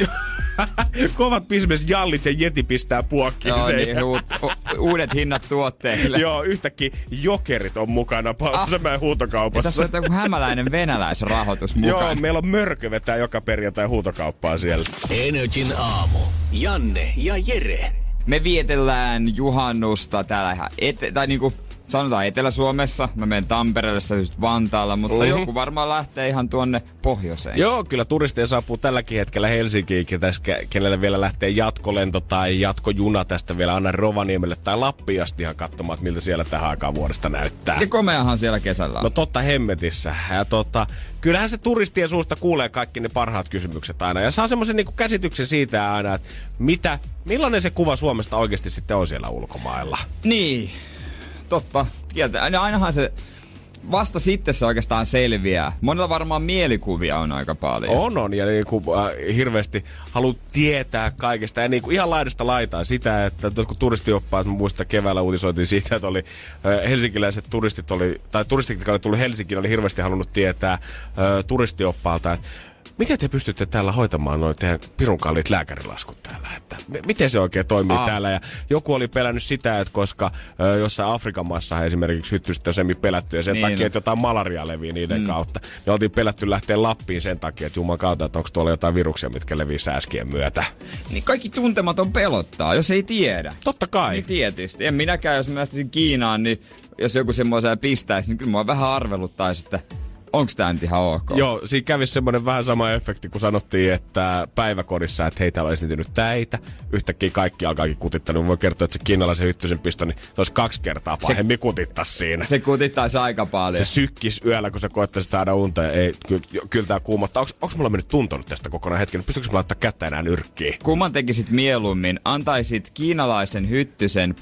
S4: Kovat bisnes jallit ja jeti pistää puokkiin.
S5: Joo, niin, uudet hinnat tuotteille.
S4: Joo, yhtäkkiä jokerit on mukana Pausamäen huutokaupassa.
S5: Ja tässä on joku hämäläinen venäläisrahoitus mukana.
S4: Joo, meillä on Mörkö vetää joka perjantai huutokauppaa siellä.
S3: Energin aamu. Janne ja Jere.
S5: Me vietellään juhannusta täällä ihan tai niinku sanotaan Etelä-Suomessa. Mä menen Tampereelle, sä just Vantaalla, mutta joku varmaan lähtee ihan tuonne pohjoiseen.
S4: Joo, kyllä turisteja saapuu tälläkin hetkellä Helsinkiin, kenelle vielä lähtee jatkolento tai jatkojuna tästä vielä aina Rovaniemelle tai Lappiin asti ihan katsomaan, miltä siellä tähän aikaan vuodesta näyttää.
S5: Ja komeahan siellä kesällä on.
S4: No totta hemmetissä. Ja kyllähän se turistien suusta kuulee kaikki ne parhaat kysymykset aina. Ja saa semmoisen niinku käsityksen siitä aina, että millainen se kuva Suomesta oikeasti sitten on siellä ulkomailla.
S5: Niin. Totta. Ainahan se vasta sitten se oikeastaan selviää. Monella varmaan mielikuvia on aika paljon.
S4: On. Ja niinku, hirveästi haluat tietää kaikesta. Ja niinku ihan laidasta laitaan sitä, että kun turistioppaat, mä muistan keväällä uutisoitiin siitä, että oli helsinkiläiset turistit, jotka oli tullut Helsinkiin, oli hirveästi halunnut tietää turistioppaalta, että miten te pystytte täällä hoitamaan noin teidän pirun kalliit lääkärilaskut täällä? Että miten se oikein toimii täällä? Ja joku oli pelännyt sitä, että koska jossain Afrikan maassa esimerkiksi hyttyset on semmin pelätty ja sen takia, että jotain malaria levii niiden kautta. Ja oltiin pelätty lähteä Lappiin sen takia, että juman kautta, että onko tuolla jotain viruksia, mitkä levii sääskien myötä.
S5: Niin kaikki tuntematon pelottaa, jos ei tiedä.
S4: Totta kai.
S5: Niin tietysti. En minäkään, jos mä lähtisin Kiinaan, niin jos joku semmoisen pistäisi, niin kyllä mua vähän arveluttaisi, että onks tää nyt ihan ok?
S4: Joo, siinä kävisi semmoinen vähän sama efekti, kun sanottiin, että päiväkodissa, että hei, täällä olisi esiintynyt täitä. Yhtäkkiä kaikki alkaakin kutittaa. Niin voi kertoa, että se kiinalaisen hyttysen pisto, niin se olisi 2 kertaa pahemmin kutittaa siinä. Se
S5: kutittaisi aika paljon.
S4: Se sykkis yöllä, kun sä koettaisit saada unta. Ja ei, kyllä tää kuumottaa. Onks mulla mennyt tuntonut tästä kokonaan hetken? Pystyykö mulla laittaa kättä enää nyrkkiin?
S5: Kumman tekisit mieluummin? Antaisit kiinalaisen hyttysen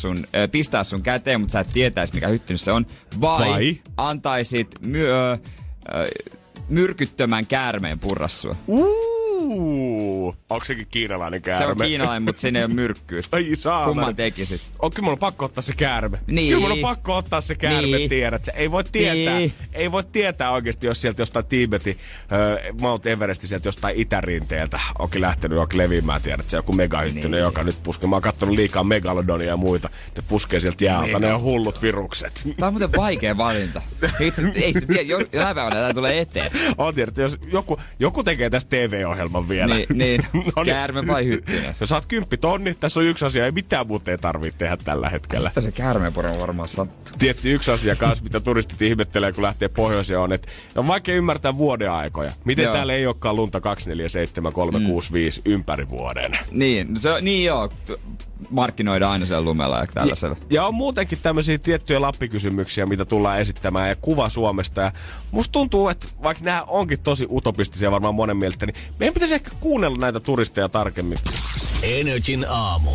S5: pistää sun käteen, mutta sä et tietäis, mikä hyttys se on. Vai? Antaisit myrkyttömän käärmeen purrassua.
S4: Onko sekin kiinalainen käärme?
S5: Se on kiinalainen, mutta siinä ei ole myrkkyä.
S4: Ai saamari.
S5: Kumman tekisit?
S4: Kyllä mulla on pakko ottaa se käärme.
S5: Niin.
S4: Kyllä mulla on pakko ottaa se käärme, tiedät. Ei voi tietää. Niin. Ei voi tietää oikeasti, jos sieltä jostain Tiibetin Mount Everestin sieltä jostain itärinteeltä onkin lähtenyt johonkin leviämään, tiedät. Se joku megahyttynen, joka nyt puskee. Mä oon kattonut liikaa Megalodonia ja muita. Ne puskee sieltä jäältä. Ne on hullut virukset.
S5: Tää on muuten vaikea valinta. Ei se tiedä, jonain päivänä tää tulee eteen.
S4: On tiedät, jos joku tekee tästä TV-ohjelman vielä.
S5: Niin. Käärme vai hyttynen?
S4: Jos saat 10 000, tässä on yksi asia, ei mitään muuta ei tarvitse tehdä tällä hetkellä.
S5: Mitä se käärmeenpuro varmaan sattuu?
S4: Tietty yksi asia kanssa, mitä turistit ihmettelee, kun lähtee pohjoiseen, on, että on vaikea ymmärtää vuodenaikoja. Miten täällä ei olekaan lunta 247, 365 ympäri vuoden?
S5: Niin joo. Markkinoidaan aina siellä lumella ja tällaisella.
S4: Ja on muutenkin tämmöisiä tiettyjä Lappikysymyksiä, mitä tullaan esittämään ja kuva Suomesta. Ja musta tuntuu, että vaikka nämä onkin tosi utopistisia varmaan monen mielestä, niin meidän pitäisi ehkä kuunnella näitä turisteja tarkemmin.
S3: Energin aamu.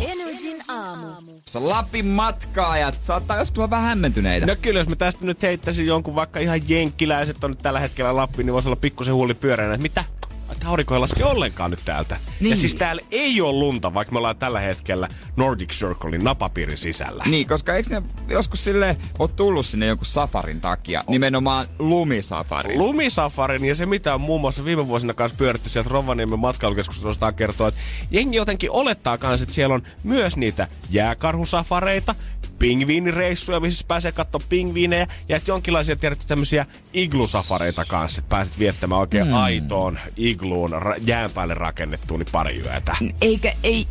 S5: Lapin matkaajat saattaa joskus olla vähän hämmentyneitä.
S4: No kyllä, jos mä tästä nyt heittäisin jonkun vaikka ihan jenkkiläiset on nyt tällä hetkellä Lappiin, niin voisi olla pikkusen huuli pyöreänä, että mitä? Aurinko ei laske ollenkaan nyt täältä. Niin. Ja siis täällä ei ole lunta, vaikka me ollaan tällä hetkellä Nordic Circlein napapiirin sisällä.
S5: Niin, koska eikö ne joskus silleen ole tullut sinne jonkun safarin takia? Nimenomaan lumisafarin.
S4: Lumisafarin, ja se mitä on muun muassa viime vuosina kanssa pyöritty sieltä Rovaniemen matkailukeskuksesta kertoo, että jengi jotenkin olettaa kanssa, että siellä on myös niitä jääkarhusafareita, pingviinireissuja, missä pääsee katsoa pingviinejä, ja että jonkinlaisia tiedätte tämmöisiä iglusafareita kanssa, että pääset viettämään oikein aitoon igluun jään päälle rakennettuun niin pari yötä.
S5: Ei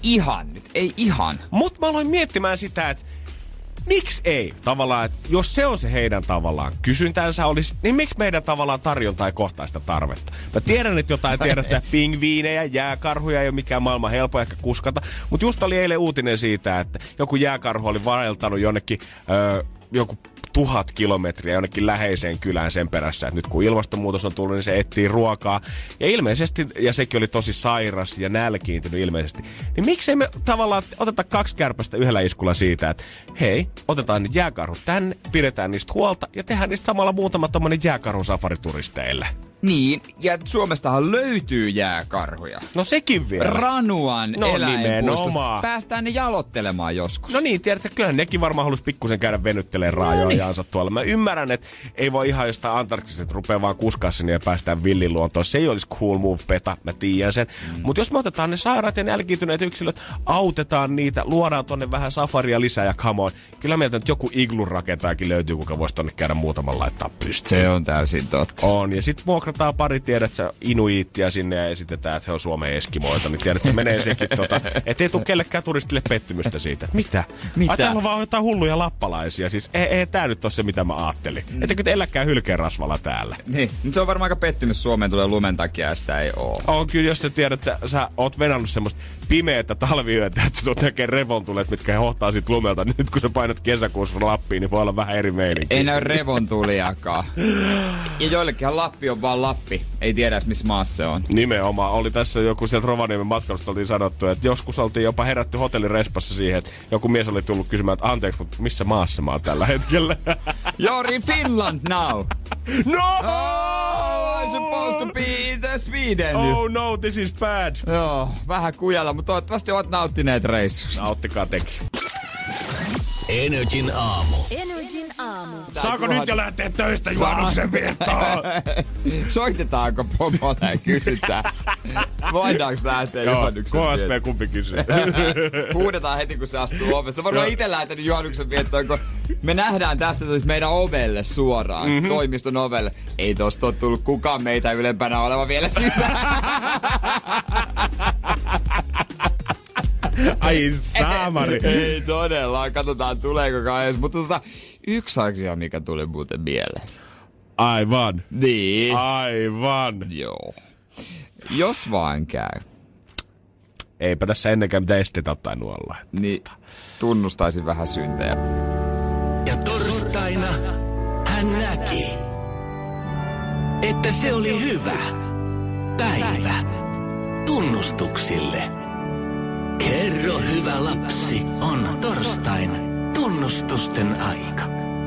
S5: ihan.
S4: Mut mä aloin miettimään sitä, että miksi ei? Tavallaan, että jos se on se heidän tavallaan kysyntänsä olisi, niin miksi meidän tavallaan tarjonta ei kohtaa sitä tarvetta? Mä tiedän, että jotain tiedät, pingviinejä, jääkarhuja ei ole mikään maailman helppo ehkä kuskata, mutta just oli eilen uutinen siitä, että joku jääkarhu oli vaeltanut jonnekin joku 1000 kilometriä jonnekin läheiseen kylään sen perässä, että nyt kun ilmastonmuutos on tullut, niin se etsii ruokaa. Ja ilmeisesti, ja sekin oli tosi sairas ja nälkiintynyt ilmeisesti, niin miksei me tavallaan oteta 2 kärpästä yhdellä iskulla siitä, että hei, otetaan nyt jääkarhut tänne, pidetään niistä huolta ja tehdään niistä samalla muutama tommonen jääkarhun safarituristeille.
S5: Niin, ja Suomestahan löytyy jääkarhuja.
S4: No sekin vielä.
S5: Ranuan eläinpuistosta.
S4: Päästään
S5: Päästään ne jalottelemaan joskus.
S4: No niin, tiedätkö, kyllähän nekin varmaan haluaisi pikkusen käydä venyttelemään raajoajansa tuolla. Mä ymmärrän, että ei voi ihan jostain Antarktisesta rupea vaan kuskaa sinne ja päästään villiluontoon. Se ei olisi cool move, Peta, mä tiedän sen. Mutta jos me otetaan ne sairaat ja nälkiintyneet yksilöt, autetaan niitä, luodaan tonne vähän safaria lisää ja come on. Kyllä meiltä nyt joku iglun rakentaakin löytyy, kuka voisi tonne käydä muutaman laittaa pystyyn.
S5: Se on täysin totta.
S4: On, ja sit vuokrataan pari, tiedät sä, inuiittia sinne ja esitetään, että he on Suomen eskimoita, niin tiedät, että se menee sekin ettei tule kellekään turistille pettymystä siitä. Mitä? Ai täällä on vaan jotain hulluja lappalaisia, siis ei tää nyt ole se, mitä mä ajattelin. Ettekö te elläkään hylkeenrasvalla täällä?
S5: Niin, mutta se on varmaan aika pettymys Suomeen tulee lumen takia ja sitä ei oo.
S4: On kyllä, jos sä tiedät, että sä oot venannut semmoista pimeätä talviyötä, että sä tulet näkeen revontulet, mitkä hohtaa sit lumelta. Nyt kun sä painat kesäkuussa Lappiin, niin voi olla vähän eri meininki.
S5: Ei näy revontuliakaan. Ja joillekinhan Lappi on vaan Lappi. Ei tiedä edes, missä maassa se on.
S4: Nimenomaan. Oli tässä joku sieltä Rovaniemen matkailusta oltiin sanottu, että joskus oltiin jopa herätty hotellirespassa siihen, että joku mies oli tullut kysymään, että anteeksi, mutta missä maassa mä oon tällä hetkellä?
S5: You're in Finland now.
S4: No!
S5: Oh, I'm supposed to be in the Sweden.
S4: Oh no, this is bad.
S5: Joo, vähän kujalla, mutta toivottavasti ovat nauttineet reissusta.
S4: Nauttikaa tekin.
S3: Energin aamu.
S4: Saako nyt jo lähteä töistä juhannuksen viettoon?
S5: Soitetaanko pomolle ja kysytään, voidaanko lähteä juhannuksen viettoon?
S4: KSP kumpi kysyy.
S5: Huudetaan heti, kun se astuu ovessa. Varmaan itse lähtenyt juhannuksen viettoon, kun me nähdään tästä meidän ovelle suoraan, toimiston ovelle. Ei tosta ole tullut kukaan meitä ylempänä oleva vielä sisään.
S4: Ai saamari.
S5: Ei todella, katsotaan tuleeko kai. Mutta yksi asia, mikä tuli muuten mieleen.
S4: Aivan.
S5: Niin.
S4: Aivan.
S5: Joo. Jos vaan käy.
S4: Eipä tässä ennenkään mitään esteitä ottaa nuolla.
S5: Niin tunnustaisin vähän syntejä.
S3: Ja torstaina hän näki, että se oli hyvä päivä tunnustuksille. Kerro, hyvä lapsi, on torstain tunnustusten aika.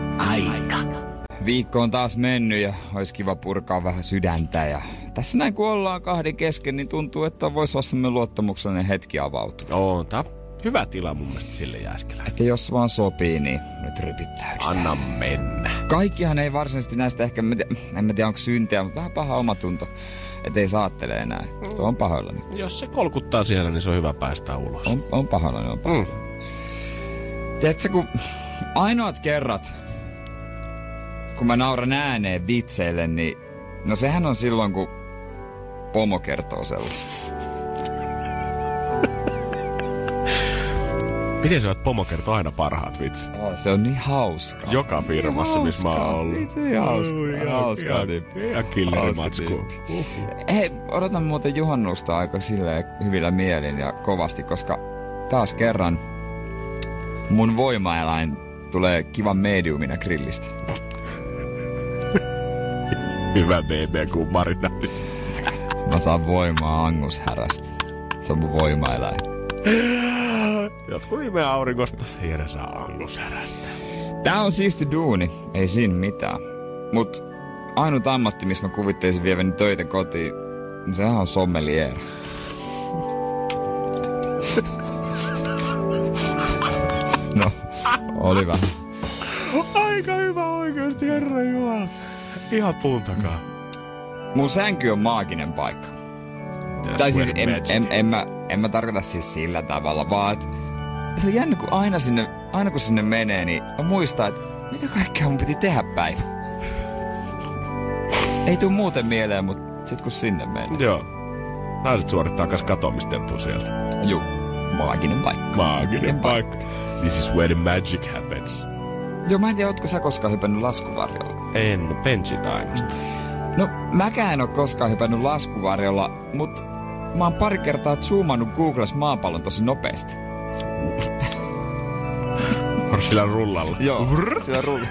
S5: Viikko on taas mennyt ja olisi kiva purkaa vähän sydäntä. Ja tässä näin kun ollaan kahden kesken, niin tuntuu, että voisi olla semmoinen luottamuksellinen hetki avautua.
S4: On, tää hyvä tila mun mielestä sille Jääskelä.
S5: Ehkä jos vaan sopii, niin nyt rypittäydään.
S4: Anna mennä.
S5: Kaikkihan ei varsinaisesti näistä ehkä, en tiedä onko syntiä, mutta vähän paha omatunto. Että ei saattele enää. Tuo on pahoillani.
S4: Jos se kolkuttaa siellä, niin se on hyvä päästä ulos.
S5: On pahoillani. Tiedätkö, kun ainoat kerrat, kun mä nauran ääneen vitseille, niin no sehän on silloin, kun pomo kertoo sellaisen.
S4: Miten se on, että pomo kertoo aina parhaat vitsit?
S5: Se on niin hauskaa.
S4: Joka firmassa, niin missä mä oon ollut.
S5: Niin hauskaa.
S4: Ja killerimatsku.
S5: Hei, odotan muuten juhannusta aika silleen hyvillä mielin ja kovasti, koska taas kerran mun voimaeläin tulee kivan mediumina grillistä.
S4: Hyvä BB marinaadi.
S5: Mä saan voimaa angushärästä. Se on mun voimaeläin.
S4: Jotkut ihmeen aurinkosta, Jere saa angushärästä.
S5: Tää on siisti duuni, ei siinä mitään. Mut ainut ammatti, missä mä kuvittelisin vieväni töitä kotiin, sehän on sommelier. No, oli vähän.
S4: Aika hyvä oikeesti, herra jumala. Ihan puun takaa.
S5: Mun sänky on maaginen paikka. Tai siis en mä tarkoita siis sillä tavalla, vaan että se on jännä, kun aina sinne aina kun sinne menee, niin mä muistan, että mitä kaikkea mun piti tehdä päivä. Ei tuu muuten mieleen, mutta sit kun sinne menee.
S4: Joo. Naiset suorittaa kas katoamistempun sieltä.
S5: Juu. Maaginen paikka.
S4: Maaginen paikka. This is where the magic happens.
S5: Joo, mä en tiedä, ootko sä koskaan hypännyt laskuvarjolla?
S4: En, pensit ainoastaan.
S5: No, mäkään en oo koskaan hypännyt laskuvarjolla, mut mä oon pari kertaa zoomannut Googles maapallon tosi nopeasti.
S4: Onko sillä rullalla?
S5: Joo, sillä rullalla.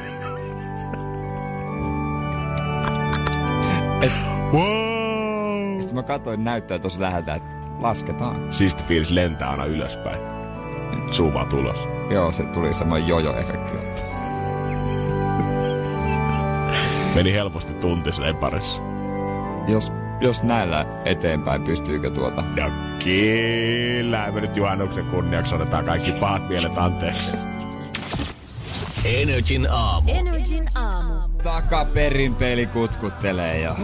S4: Wow!
S5: Sitten mä katsoin näyttää tosi läheltä, että lasketaan.
S4: Siisti fiilis lentää aina ylöspäin. Zoomaa tulos.
S5: Joo, se tuli semmoinen jojo-efekti.
S4: Meni helposti tunti sen parissa.
S5: Jos näillä eteenpäin, pystyykö tuota?
S4: No kyllä. Me nyt juhannuksen kunniaksi otetaan kaikki pahat mielet anteeksi.
S3: Energin aamu.
S7: Energin aamu.
S5: Takaperin peli kutkuttelee ja...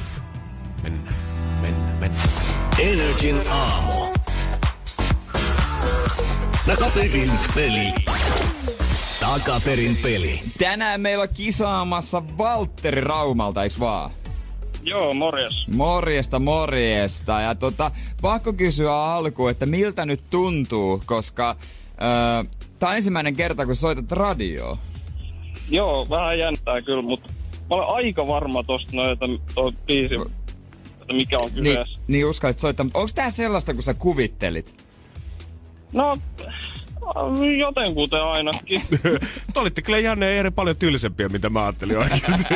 S4: Mennä.
S3: Energin aamu. Takaperin peli. Takaperin peli.
S5: Tänään meillä on kisaamassa Valtteri Raumalta, eiks vaan?
S8: Joo, morjes.
S5: Morjesta. Ja pakko kysyä alkuun, että miltä nyt tuntuu, koska tää on ensimmäinen kerta, kun soitat radioon.
S8: Joo, vähän jännittää kyllä, mutta mä olen aika varma tosta noita biisi, että mikä on kyseessä.
S5: Niin uskallisit soittaa, mutta onko tää sellaista, kun sä kuvittelit?
S8: No, jotenkuten ainakin.
S4: Te olitte kyllä Janne ja Jere paljon tylsempiä, mitä mä ajattelin oikeasti.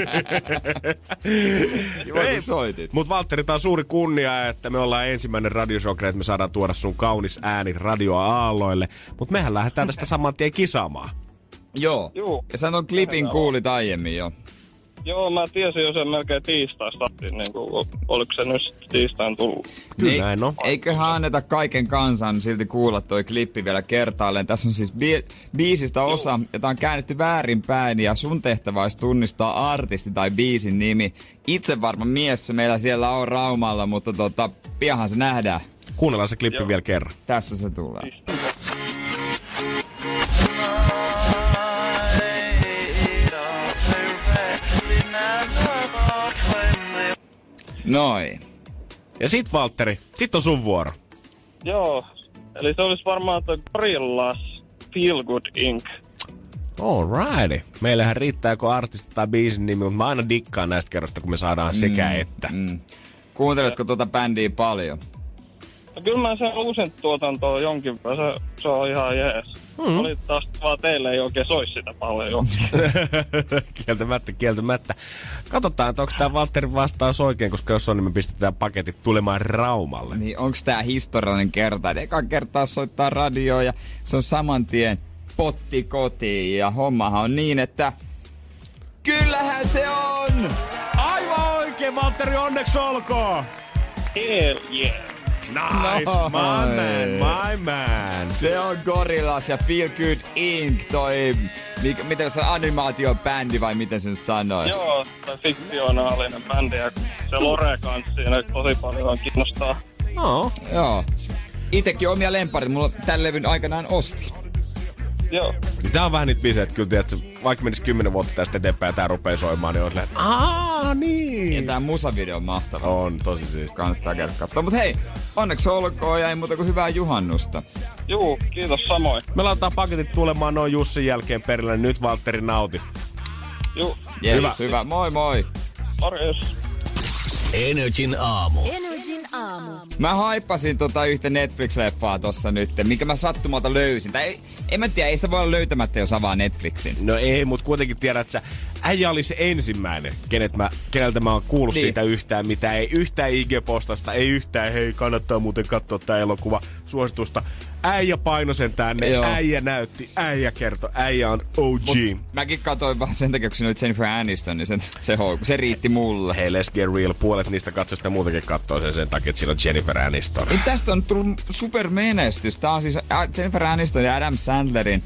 S5: Ei, soitit.
S4: Mut Valtteri, tää on suuri kunnia, että me ollaan ensimmäinen radiosokre, että me saadaan tuoda sun kaunis ääni radioaalloille. Mut mehän lähdetään tästä saman tien kisaamaan.
S5: Joo. Ja sä ton klipin kuulit aiemmin jo.
S8: Joo, mä tiesin jo sen melkein tiistaista, niin kuin, oliko se nyt tiistain tullut.
S4: Kyllä näin on.
S5: Eiköhän anneta kaiken kansan silti kuulla toi klippi vielä kertaalleen. Tässä on siis biisistä osa, jota on käännetty väärinpäin ja sun tehtävä olisi tunnistaa artisti tai biisin nimi. Itse varma mies meillä siellä on Raumalla, mutta pianhan se nähdään.
S4: Kuunnellaan se klippi vielä kerran.
S5: Tässä se tulee. Noin.
S4: Ja sit Valtteri, sit on sun vuoro.
S8: Joo, eli se olisi varmaan toi Gorillaz Feel Good Inc.
S4: Alrighty. Meillähän riittää joko artisti tai biisin nimi, mutta mä aina dikkaan näistä kerrosta, kun me saadaan sekä että.
S5: Kuunteletko tuota bändiä paljon?
S8: No, kyllä mä sen uusin tuotantoa jonkin verran, se on ihan jees. Oli taas vaan teille ei oikein sois sitä paljon.
S4: Kieltämättä. Katsotaan, että onko tää Valtterin vastaus oikein, koska jos on, niin me pistetään paketit tulemaan Raumalle.
S5: Niin onks tää historiallinen kerta, että eka kertaa soittaa radioon ja se on saman tien potti kotiin ja hommahan on niin, että kyllähän se on!
S4: Aivan oikein, Valtteri, onneksi olkoon!
S8: Hell yeah!
S4: Nice, my man.
S5: Se on Gorillaz ja Feel Good Inc. Toi, miten se animaatiobändi vai miten se nyt sanois?
S8: Joo, tai fiktionaalinen bändi ja se Lore kanssa siinä tosi paljon kiinnostaa.
S4: No.
S5: Joo. Itekin omia lemparit mulla tän levyn aikanaan osti.
S8: Joo.
S4: Tää on vähän niitä biisejä, että kyllä että vaikka menisi 10 vuotta tästä eteenpäin ja tää rupee soimaan, niin on silleen, niin.
S5: Ja tää musavideo on mahtava.
S4: On, tosi siisti.
S5: Kannattaa käydä katsoa. Mut hei, onneksi olkoon ja ei muuta kuin hyvää juhannusta.
S8: Juu, kiitos samoin.
S4: Me laitetaan paketit tulemaan noin Jussin jälkeen perille. Nyt Valtteri nauti.
S8: Juu.
S5: Yes, hyvä. Moi moi.
S8: Morjes.
S3: Energin aamu.
S7: Energin aamu.
S5: Mä haippasin yhtä Netflix-leffaa tossa nyt, minkä mä sattumalta löysin. Tai en mä tiedä, ei sitä voi olla löytämättä, jos avaa Netflixin.
S4: No ei, mut kuitenkin tiedät, että äijä oli se ensimmäinen, keneltä mä oon kuullut siitä yhtään mitään. Ei yhtään IG-postasta, ei yhtään, hei kannattaa muuten katsoa tää elokuva suositusta. Äijä paino sen tänne, äijä näytti, äijä kertoi, äijä on OG.
S5: Mäkin katsoin vaan sen takia, kun siinä oli Jennifer Aniston, niin se riitti mulle.
S4: Hei, let's get real. Puolet niistä katsojista muutenkin katsoo sen takia, että siinä on Jennifer Aniston.
S5: Tästä on tullut supermenestys. Tää on siis Jennifer Aniston ja Adam Sandlerin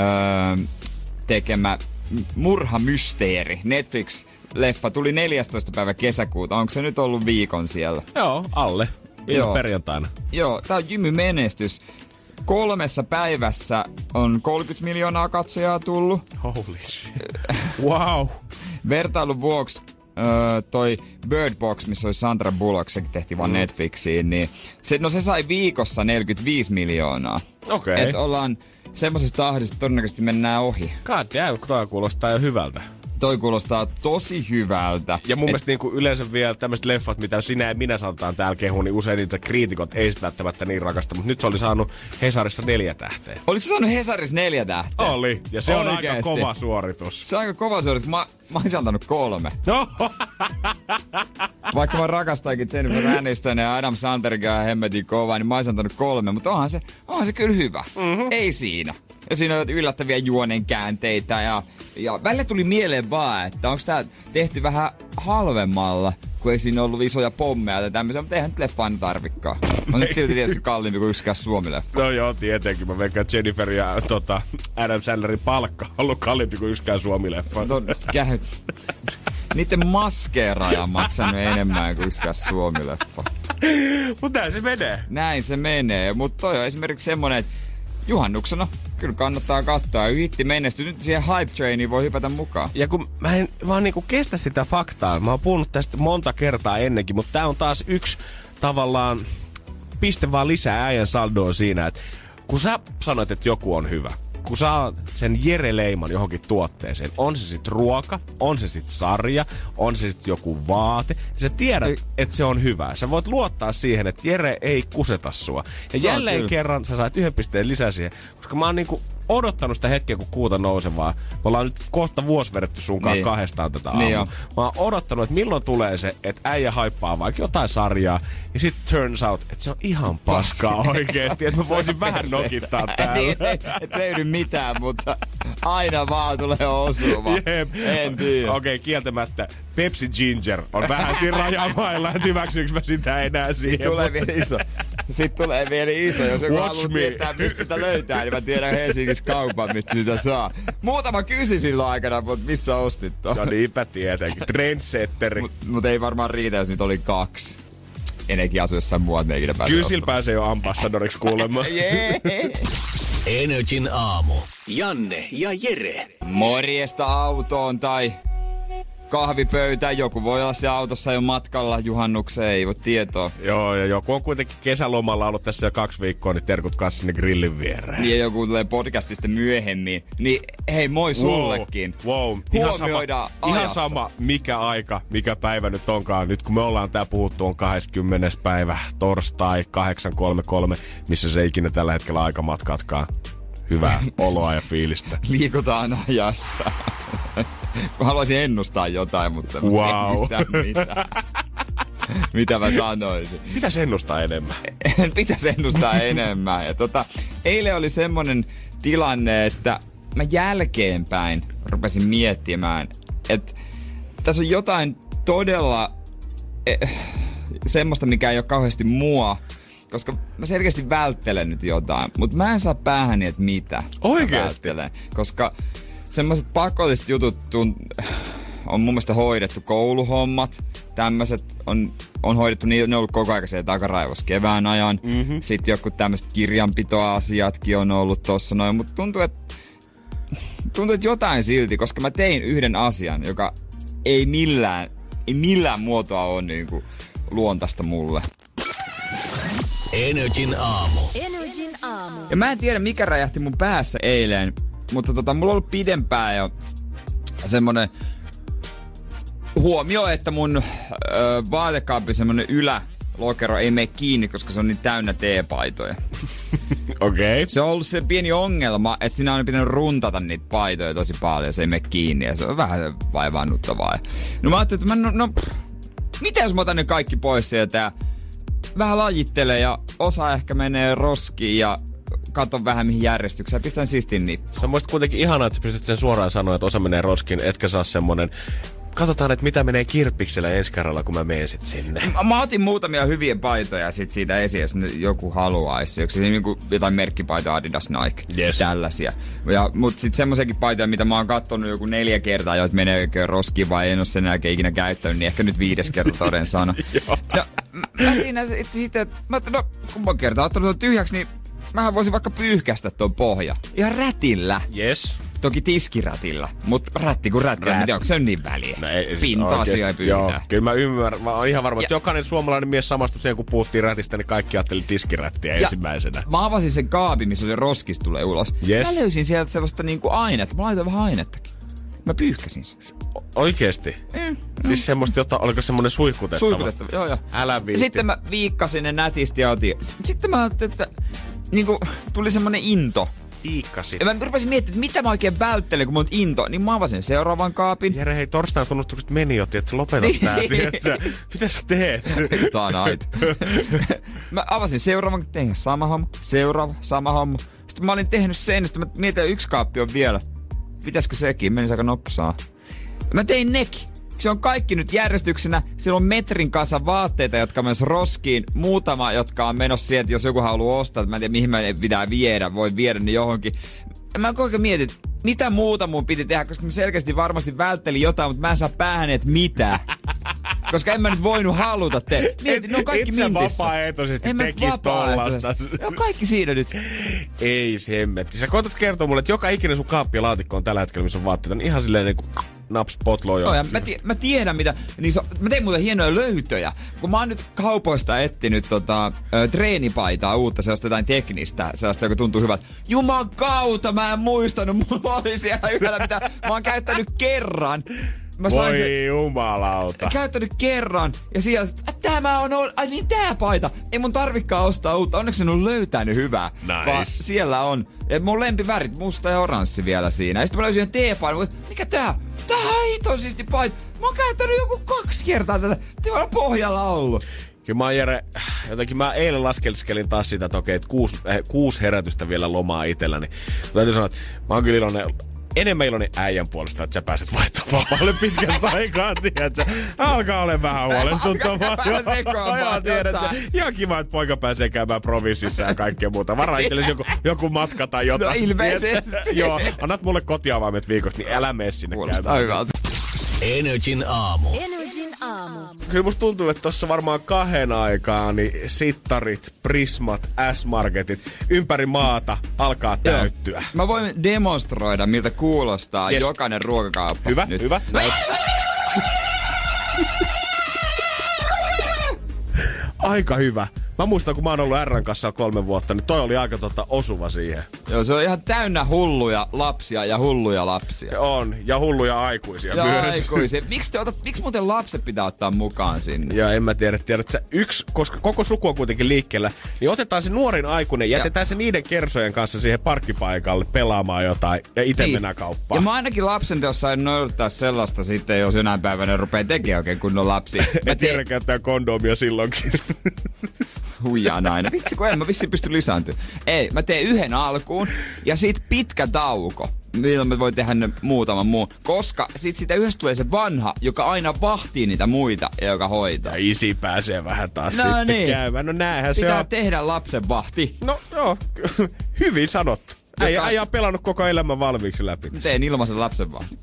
S5: tekemä murhamysteeri. Netflix-leffa tuli 14. päivä kesäkuuta. Onko se nyt ollut viikon siellä?
S4: Joo, alle. Perjantaina.
S5: Joo, tää on jymy menestys. 3 päivässä on 30 miljoonaa katsojaa tullut.
S4: Holy shit. Wow.
S5: Vertailun vuoksi toi Bird Box, missä oli Sandra Bullock, sekin tehtiin vaan Netflixiin, niin se sai viikossa 45 miljoonaa.
S4: Okei.
S5: Et ollaan semmoisessa tahdissa, että todennäköisesti mennään ohi.
S4: God damn, toi kuulostaa jo hyvältä.
S5: Toi kuulostaa tosi hyvältä.
S4: Ja mun mielestä niinku yleensä vielä tämmöiset leffat, mitä sinä ja minä sanotaan täällä kehuun, niin usein niitä kriitikot ei sitä välttämättä niin rakasta. Mutta nyt se oli saanut Hesarissa 4 tähteä.
S5: Oliko se saanut Hesarissa 4 tähteä?
S4: Oli. Ja se
S5: Oikeesti.
S4: on aika kova suoritus.
S5: Se on aika kova suoritus. Mä olisin antanut 3.
S4: No.
S5: Vaikka mä rakastankin Jennifer Aniston ja Adam Sandlerkin ja hemmetin kovaa, niin mä olisin antanut 3. Mutta onhan se kyllä hyvä. Mm-hmm. Ei siinä. Ja siinä on yllättäviä juonen käänteitä ja välillä tuli mieleen vaan, että onko tää tehty vähän halvemmalla, kun ei siinä ollut isoja pommeja tai tämmöisiä, mutta eihän nyt leffaan tarvikkaan. On nyt silti tietysti kalliimpi kuin yksikään Suomi-leffa.
S4: No joo, tietenkin. Mä veikkaan, että Jennifer ja Adam Sandlerin palkka on ollut kalliimpi kuin yksikään Suomi-leffa.
S5: No, niiden maskeeraaja on maksanut enemmän kuin yksikään Suomi-leffa.
S4: Mutta näin se menee.
S5: Näin se menee, mutta toi on esimerkiksi semmonen, että juhannuksena kyllä kannattaa katsoa. Hitti menestys. Nyt siihen hype trainiin voi hypätä mukaan.
S4: Ja kun mä en vaan niinku kestä sitä faktaa. Mä oon puhunut tästä monta kertaa ennenkin, mutta tää on taas yksi tavallaan piste vaan lisää äijän saldoon siinä, että kun sä sanoit, että joku on hyvä, kun saa sen Jere-leiman johonkin tuotteeseen, on se sit ruoka, on se sit sarja, on se sit joku vaate, niin sä tiedät, että se on hyvä. Sä voit luottaa siihen, että Jere ei kuseta sua. Ja
S5: se
S4: jälleen kerran sä saat 1 pisteen lisää siihen, koska mä oon niinku odottanut sitä hetkeä, kun kuuta nousevaa. Me ollaan nyt kohta vuosi vedetty sunkaan kahdestaan tätä aamua. Niin mä oon odottanut, että milloin tulee se, että äijä haippaa vaikka jotain sarjaa, ja sit turns out, että se on ihan paskaa oikeesti, että mä voisin vähän nokittaa täällä.
S5: Niin, et löydy mitään, mutta aina vaan tulee osuma. En tiedä.
S4: Okei, kieltämättä. Pepsi Ginger on vähän siinä rajamailla, että hyväksyykö mä sitä enää siihen.
S5: Sitten tulee vielä iso. Jos joku haluaa tietää, mistä sitä löytää, niin mä tiedän Helsingissä kaupan, mistä sitä saa. Muutama kysi silloin aikana, mutta missä ostit tuon?
S4: No niinpä tietenkin. Trendsetteri.
S5: Mut ei varmaan riitä, jos nyt oli 2. Ennenkin asu jossain muualta, me ikinä pääsee
S4: kyllä sillä pääsee jo ambassadoriksi kuulemma.
S3: Energin aamu. Janne ja Jere.
S5: Morjesta autoon tai kahvipöytään. Joku voi olla se autossa jo matkalla juhannukseen, ei voi tietoa.
S4: Joo, ja joku on kuitenkin kesälomalla ollut tässä jo 2 viikkoa, niin terkut kanssa sinne grillin viereen.
S5: Niin, ja joku tulee podcastista myöhemmin. Niin hei, moi sullekin.
S4: Wow. Ihan sama, mikä aika, mikä päivä nyt onkaan. Nyt kun me ollaan tää puhuttu, on 20. päivä, torstai, 8.33, missä se ikinä tällä hetkellä aika matkatkaan. Hyvää oloa ja fiilistä.
S5: Liikutaan ajassa. Haluaisin ennustaa jotain, mutta
S4: wow.
S5: Mitään. Mitä mä sanoisin?
S4: Pitäis ennustaa enemmän.
S5: Pitäis ennustaa enemmän. Ja eilen oli semmonen tilanne, että mä jälkeenpäin rupesin miettimään, että tässä on jotain todella semmoista, mikä ei ole kauheasti mua. Koska mä selkeästi välttelen nyt jotain, mutta mä en saa päähäni, että mitä.
S4: Oikeesti?
S5: Koska semmoiset pakolliset jutut on mun mielestä hoidettu. Kouluhommat, tämmöiset on hoidettu, ne on ollut koko ajan siellä takaraivossa kevään ajan. Mm-hmm. Sitten joku tämmöiset kirjanpitoasiatkin on ollut tossa noin, mutta tuntuu, että jotain silti, koska mä tein yhden asian, joka ei millään muotoa ole niinku luontaista mulle.
S3: Energin aamu.
S5: Ja mä en tiedä, mikä räjähti mun päässä eilen, mutta mulla on ollut pidempään jo semmonen huomio, että mun vaatekaapin semmonen ylälokero ei mene kiinni, koska se on niin täynnä teepaitoja.
S4: Okei. Okay.
S5: Se on ollut se pieni ongelma, että siinä on pitänyt runtata niitä paitoja tosi paljon, se ei mene kiinni ja se on vähän vaivaannuttavaa. No mä ajattelin, että mitä jos mä otan ne kaikki pois sieltä ja vähän lajittelee ja osa ehkä menee roskiin ja katon vähän mihin järjestykseen ja pistän sistin nippuun.
S4: Se on muista kuitenkin ihanaa, että sä pystyt sen suoraan sanoa, että osa menee roskiin, etkä saa semmonen katsotaan, että mitä menee kirppiksellä ensi kerralla, kun mä menen sit sinne.
S5: Mä otin muutamia hyviä paitoja sit siitä esiin, jos joku haluaisi. Jotain merkkipaitoja, Adidas, Nike, yes. Tällaisia. Mut sit semmoisiakin paitoja, mitä mä oon kattonut joku 4 kertaa, joita menee roskiin vai en oo sen jälkeen ikinä käyttänyt, niin ehkä nyt 5. kerta toden sano. No, mä siinä sitten, kun mä kertaan ottanut tyhjäksi, niin mähän voisin vaikka pyyhkästä ton pohja. Ihan rätillä.
S4: Yes.
S5: Toki tiskirätillä, mutta rätti kuin rätti. En tiedä, onko se on niin väliä.
S4: No
S5: Pinta-asia ei pyyhää.
S4: Joo, kyllä mä ymmärrän. Mä oon ihan varma, että jokainen suomalainen mies samastui siihen, kun puhuttiin rätistä, niin kaikki ajatteli tiskirättiä ensimmäisenä.
S5: Mä avasin sen kaapin, missä se roskis tulee ulos.
S4: Yes.
S5: Mä löysin sieltä sellaista niinku ainetta. Mä laitoin vähän ainettakin. Mä pyyhkäsin sen.
S4: Oikeesti? Siis semmoista, oliko semmonen suihkutettava?
S5: Suihkutettava, joo.
S4: Älä viitti.
S5: Sitten mä viikkasin ne nätisti ja otin. Sitten mä ajattelin, että niinku tuli semmonen into.
S4: Viikkasit.
S5: Ja mä rupesin miettimään, että mitä mä oikein välttelen, kun mä oon into. Niin mä avasin seuraavan kaapin.
S4: Jere, hei, torstain tunnustukset meni jo, että sä lopetat tää. Mitä sä teet?
S5: Tää on aito. Mä avasin seuraavan, tein sama homma, sama homma. Sitten mä olin tehnyt sen, sitten mä mietin, että yksi kaappi on vielä. Pitäisikö sekin? Menis aika nopsaa. Mä tein nekin. Se on kaikki nyt järjestyksenä. Siellä on metrin kanssa vaatteita, jotka on myös roskiin. Muutama, jotka on menossa sieltä, jos joku haluaa ostaa. Mä en tiedä, mihin mä pitää viedä. Voin viedä ne johonkin. Mä koko mietin, mitä muuta mun piti tehdä, koska mä selkeästi varmasti välttelin jotain, mutta mä en saa päähän, että mitä. Koska en mä nyt voinut haluta Mietin, ne on kaikki mintissä.
S4: Et sä vapaaehtoisesti tekis tollasta.
S5: Ne on kaikki siinä nyt.
S4: Ei se hemmetti. Sä koetat kertoa mulle, että joka ikinen sun kaappi ja laatikko on tällä hetkellä, missä on vaatteita. Niin ihan silleen niinku naps potloa jo.
S5: Mä tiedän mitä. Mä tein muuten hienoja löytöjä. Kun mä oon nyt kaupoista etsinyt treenipaitaa uutta, sellaista jotain teknistä, sellaista, joka tuntuu hyvältä. Juman kautta mä en muistanut, mulla oli siellä yhdellä, mitä mä oon käyttänyt kerran.
S4: Voi jumalauta.
S5: Käyttänyt kerran ja siellä, tämä on ai niin tää paita. Ei mun tarvikaan ostaa uutta. Onneksi en ole löytänyt hyvää.
S4: Nice.
S5: Vaan siellä on. Ja mun lempivärit, musta ja oranssi vielä siinä. Ja sitten mä löysin yhden teepaidan. Mikä tää? Tää on hito siisti paita. Mä oon käyttänyt joku 2 kertaa tätä. Tää on pohjalla ollut.
S4: Kyllä mä Jere, jotenkin mä eilen laskelliskelin taas sitä, että okei, että 6 herätystä vielä lomaa itselläni. Täytyy sanoa, että mä oon kyllä enemmän iloinen äijän puolesta, että sä pääset vaihtamaan vapaalle pitkästä aikaa, tiedätkö? Alkaa olla vähän huolestuttavaa. Ihan kiva, että poika pääsee käymään provinssissa ja kaikkea muuta. Varaa itsellesi joku matka tai jotain.
S5: No ilmeisesti.
S4: Joo, annat mulle kotiavaimet viikoksi, niin älä mene sinne
S5: käymään. Hyvältä.
S3: Energin aamu.
S4: Kyllä musta tuntuu, että tossa varmaan 2 aikaa niin sittarit, Prismat, S-Marketit ympäri maata alkaa täyttyä.
S5: Mä voin demonstroida, miltä kuulostaa jokainen ruokakauppa.
S4: Hyvä,
S5: nyt.
S4: hyvä. Aika hyvä. Mä muistan, kun mä oon ollut R:n kanssa 3 vuotta, niin toi oli aika osuva siihen.
S5: Joo, se on ihan täynnä hulluja lapsia ja hulluja lapsia.
S4: On, ja hulluja aikuisia myös.
S5: Aikuisia. Miksi muuten lapset pitää ottaa mukaan sinne?
S4: Ja en mä tiedä, sä koska koko suku on kuitenkin liikkeellä, niin otetaan se nuorin aikuinen, jätetään se niiden kersojen kanssa siihen parkkipaikalle pelaamaan jotain, ja itse mennään kauppaan.
S5: Ja mä ainakin lapsen teossa en noudattaa sellaista sitten, jos jonain päivänä rupeaa tekemään oikein kunnon lapsi.
S4: Mä tiedän käyttää kondomia silloinkin.
S5: Huijaan aina. Vitsi, kun en mä vissiin pysty lisääntymään. Ei, mä teen yhden alkuun ja sit pitkä tauko, milloin mä voin tehdä ne muutaman muun. Koska sit sitä yhdessä tulee se vanha, joka aina vahtii niitä muita ja joka hoitaa.
S4: Ja isi pääsee vähän taas sitten käymään. No näinhän se on.
S5: Pitää tehdä lapsen vahti.
S4: No joo, hyvin sanottu. Äijä on pelannut koko elämän valmiiksi läpi.
S5: Teen ilmaisen lapsen vahti.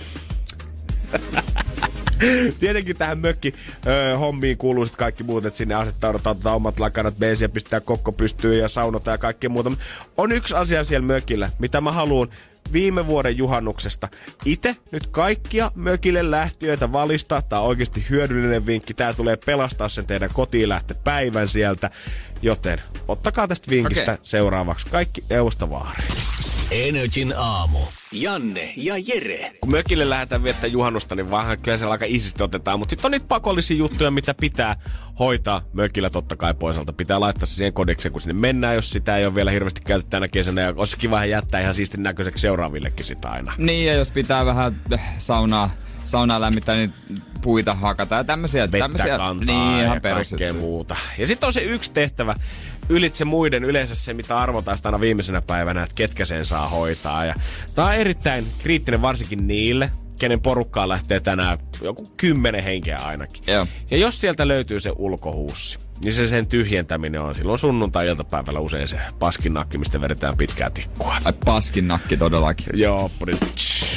S4: Tietenkin tähän hommiin kuuluu sitten kaikki muut, että sinne asettaudutaan omat lakanat bensiä, pistää kokko pystyyn ja saunota ja kaikkea muuta. On yksi asia siellä mökillä, mitä mä haluan viime vuoden juhannuksesta. Itse nyt kaikkia mökille lähtiöitä valistaa. Tää on oikeasti hyödyllinen vinkki. Tää tulee pelastaa sen teidän kotiin lähtöpäivän sieltä. Joten ottakaa tästä vinkistä seuraavaksi kaikki Eusta vaariin.
S3: Energin aamu. Janne ja Jere.
S4: Kun mökille lähdetään viettää juhannusta, niin vähän kyllä siellä aika isisti otetaan. Mutta sitten on niitä pakollisia juttuja, mitä pitää hoitaa mökillä totta kai poisalta. Pitää laittaa se siihen kodekseen, kun sinne mennään, jos sitä ei ole vielä hirveästi käytetty tänä kesänä. Ja olisi kiva jättää ihan siistin näköiseksi seuraavillekin sitä aina.
S5: Niin, ja jos pitää vähän saunaa lämmittää, niin puita hakata ja tämmöisiä.
S4: Vettä kantaa
S5: niin,
S4: ja kaikkea muuta. Ja sitten on se yksi tehtävä ylitse muiden, yleensä se, mitä arvotaan aina viimeisenä päivänä, että ketkä sen saa hoitaa. Ja tää on erittäin kriittinen varsinkin niille, kenen porukkaa lähtee tänään joku 10 henkeä ainakin.
S5: Joo.
S4: Ja jos sieltä löytyy se ulkohuussi, niin se sen tyhjentäminen on silloin sunnuntai-iltapäivällä usein se paskinnakki, mistä vedetään pitkää tikkua.
S5: Ai paskinnakki todellakin.
S4: Joo,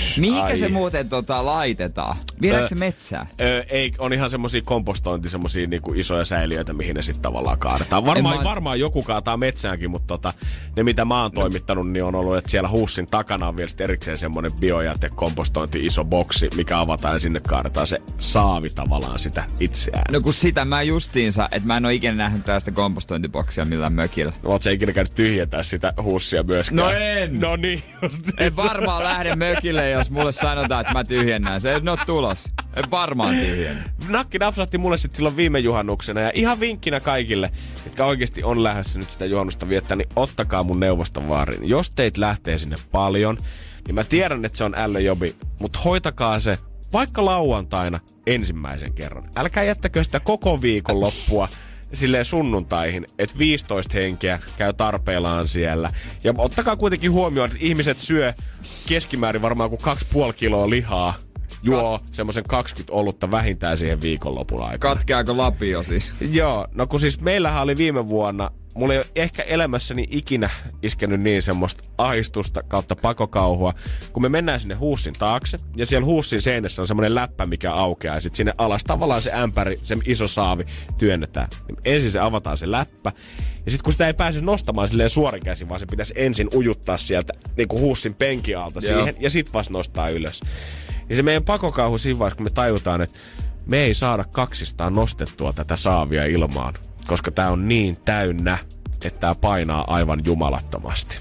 S5: Mihinkä se muuten laitetaan? Viedäänkö se metsään?
S4: Ei, on ihan semmosia semmosia niinku isoja säiliöitä, mihin ne sitten tavallaan kaadetaan. Varmaan joku kaataa metsäänkin, mutta ne mitä mä oon toimittanut, niin on ollut, että siellä huussin takana on vielä erikseen semmonen biojätekompostointi iso boksi, mikä avataan ja sinne kaadetaan se saavi tavallaan sitä itseään.
S5: No kun sitä mä justiinsa, että mä en oo ikinä nähnyt tästä kompostointiboksia millään mökillä.
S4: No oot sä ikinä käynyt tyhjentää sitä huussia myöskään?
S5: No en!
S4: No niin.
S5: En varmaan lähde mökille, jos mulle sanotaan, että mä tyhjennän. Se ei ole tulos. En varmaan tyhjennä.
S4: Nakki napsahti mulle sitten silloin viime juhannuksena ja ihan vinkkinä kaikille, jotka oikeasti on lähdössä nyt sitä juhannusta viettää, niin ottakaa mun neuvosta vaarin. Jos teit lähtee sinne paljon, niin mä tiedän, että se on ällöjobi, mutta hoitakaa se vaikka lauantaina ensimmäisen kerran. Älkää jättäkö sitä koko viikon loppua silleen sunnuntaihin, että 15 henkeä käy tarpeillaan siellä. Ja ottakaa kuitenkin huomioon, että ihmiset syö keskimäärin varmaan kuin 2,5 kiloa lihaa. Juo semmoisen 20 olutta vähintään siihen viikonlopun aikana.
S5: Katkeako lapio siis?
S4: Joo, no kun siis meillähän oli viime vuonna, mulla ei ole ehkä elämässäni ikinä iskenyt niin semmoista ahdistusta kautta pakokauhua, kun me mennään sinne huussin taakse, ja siellä huussin seinässä on semmoinen läppä, mikä aukeaa, ja sitten sinne alas tavallaan se ämpäri, se iso saavi työnnetään. Ensin se avataan se läppä, ja sitten kun sitä ei pääse nostamaan silleen suorin käsin, vaan se pitäisi ensin ujuttaa sieltä niinku huussin penkin alta siihen, ja sit vasta nostaa ylös. Ja se meidän pakokauhu siinä vaiheessa, kun me tajutaan, että me ei saada kaksistaan nostettua tätä saavia ilmaan, koska tää on niin täynnä, että tää painaa aivan jumalattomasti.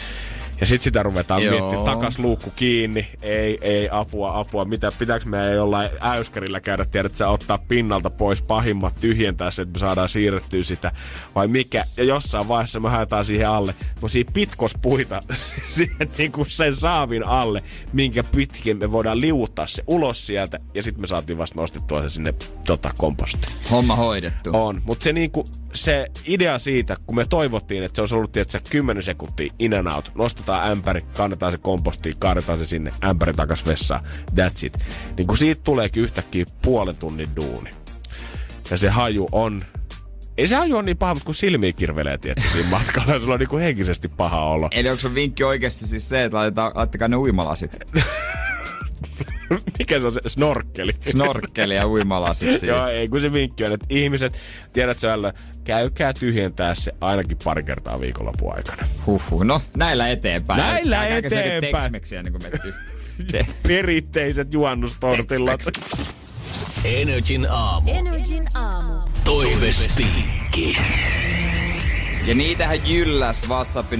S4: Ja sit sitä ruvetaan miettimään, takas luukku kiinni, ei, apua, mitä, pitääkö me jollain äyskärillä käydä, tiedät sä, ottaa pinnalta pois pahimmat, tyhjentää se, että me saadaan siirrettyä sitä, vai mikä, ja jossain vaiheessa me haetaan siihen alle, pitkospuita siihen niinku sen saavin alle, minkä pitkin me voidaan liuuttaa se ulos sieltä, ja sit me saatiin vasta nostettua se sinne kompostiin.
S5: Homma hoidettu.
S4: On, mutta se niinku, se idea siitä, kun me toivottiin, että se olisi ollut, että 10 sekuntia in and out, nostetaan ämpäri, kannetaan se kompostiin, kaadetaan se sinne, ämpäri takas vessaan, that's it. Niin kun siitä tuleekin yhtäkkiä puolen tunnin duuni. Ja se haju on, ei se haju ole niin paha, mutta kun silmiä kirvelee tietysti siinä matkalla, sulla on niinku henkisesti paha olo.
S5: Eli onko sun vinkki oikeasti siis se, että laittakaa ne uimalasit?
S4: Mikä se on se? Snorkkeli.
S5: Snorkkeli ja uimalasit siinä.
S4: Joo, ei kun se vinkki on, että ihmiset, tiedät sä, käykää tyhjentää se ainakin pari kertaa viikonlopun aikana.
S5: No, näillä eteenpäin.
S4: Näillä eteenpäin.
S5: Tex-Mexiä niin kuin me
S4: Perinteiset juhannustortillat.
S3: Energin aamu. Toivespiikki.
S5: Ja niitähän jylläs WhatsApp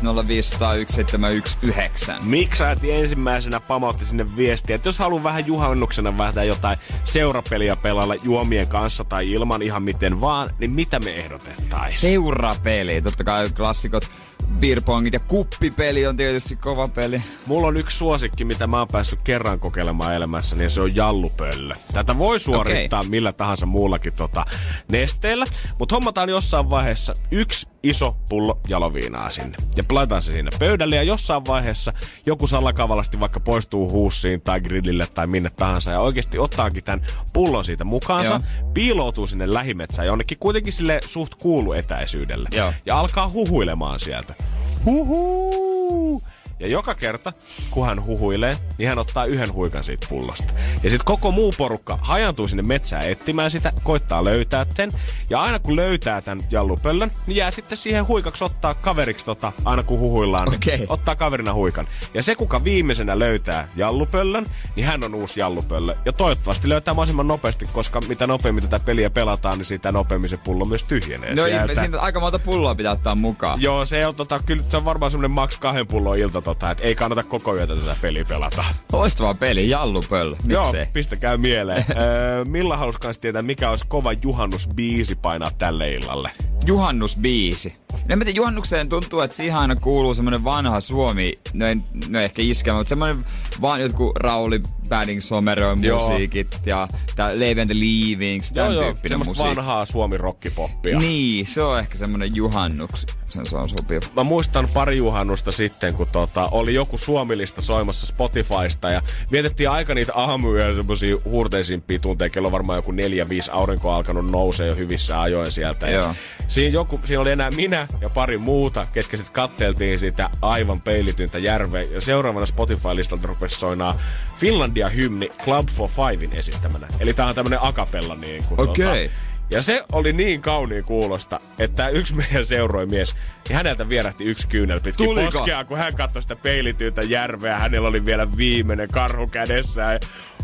S5: 050501719.
S4: Miksaati ensimmäisenä pamautti sinne viestiä, että jos haluaa vähän juhannuksena vähän jotain seurapeliä pelailla juomien kanssa tai ilman ihan miten vaan, niin mitä me ehdotettaisiin?
S5: Seurapeli, totta kai klassikot. Beerpongit ja kuppipeli on tietysti kova peli.
S4: Mulla on yksi suosikki, mitä mä oon päässyt kerran kokeilemaan elämässäni, ja se on jallupöllö. Tätä voi suorittaa millä tahansa muullakin nesteellä, mutta hommataan jossain vaiheessa yksi iso pullo jaloviinaa sinne. Ja laitetaan se sinne pöydälle, ja jossain vaiheessa joku salakavalasti vaikka poistuu huussiin tai grillille tai minne tahansa, ja oikeasti ottaakin tämän pullon siitä mukaansa, piiloutuu sinne lähimetsään jonnekin kuitenkin sille suht kuuluetäisyydelle. Ja alkaa huhuilemaan sieltä. Huhuu! Ja joka kerta, kun hän huhuilee, niin hän ottaa yhden huikan siitä pullosta. Ja sitten koko muu porukka hajantuu sinne metsään etsimään sitä, koittaa löytää sen. Ja aina kun löytää tämän jallupöllön, niin jää sitten siihen huikaksi ottaa kaveriksi aina kun huhuillaan, niin ottaa kaverina huikan. Ja se, kuka viimeisenä löytää jallupöllön, niin hän on uusi jallupöllö. Ja toivottavasti löytää mahdollisimman nopeasti, koska mitä nopeammin tätä peliä pelataan, niin sitä nopeammin se pullo myös tyhjenee.
S5: No siitä aika monta pulloa pitää ottaa mukaan.
S4: Joo, se on, kyllä se on varmaan semmoinen maks 2 pullon ilta, että ei kannata koko yötä tätä peliä pelata.
S5: Loistava peli, jallupöllö.
S4: Joo, pistäkää mieleen. Milla halusi kans tietää, mikä olisi kova juhannusbiisi painaa tälle illalle?
S5: Juhannusbiisi. No mä tiedän, juhannukseen tuntuu, että siihen aina kuuluu semmonen vanha Suomi, no ehkä iskelmä, mutta semmonen vaan jotkut Rauli Badding Someroin musiikit ja Leave and the Leavings, tämän tyyppinen musiikki.
S4: Semmoista vanhaa Suomi-rockipoppia.
S5: Niin, se on ehkä semmonen juhannuks. Se on sopiva.
S4: Mä muistan pari juhannusta sitten, kun oli joku Suomilista soimassa Spotifysta ja vietettiin aika niitä aamuja semmosia huurteisimpia tunteja. Kello varmaan joku 4-5, aurinko on alkanut nousee jo hyvissä ajoin sieltä. Ja siinä oli enää minä ja pari muuta, ketkä sitten katteltiin sitä aivan peilityntä järveä. Ja seuraavana Spotify-listalta rupesi soinaa Finlandia-hymni Club for Fiven esittämänä. Eli tää on tämmönen a cappella niin kuin ja se oli niin kauniin kuulosta, että yksi meidän seuroimies, niin häneltä vierähti yksi kyynel pitkin poskea, kun hän katsoi sitä peilityytä järveä. Hänellä oli vielä viimeinen karhu kädessään.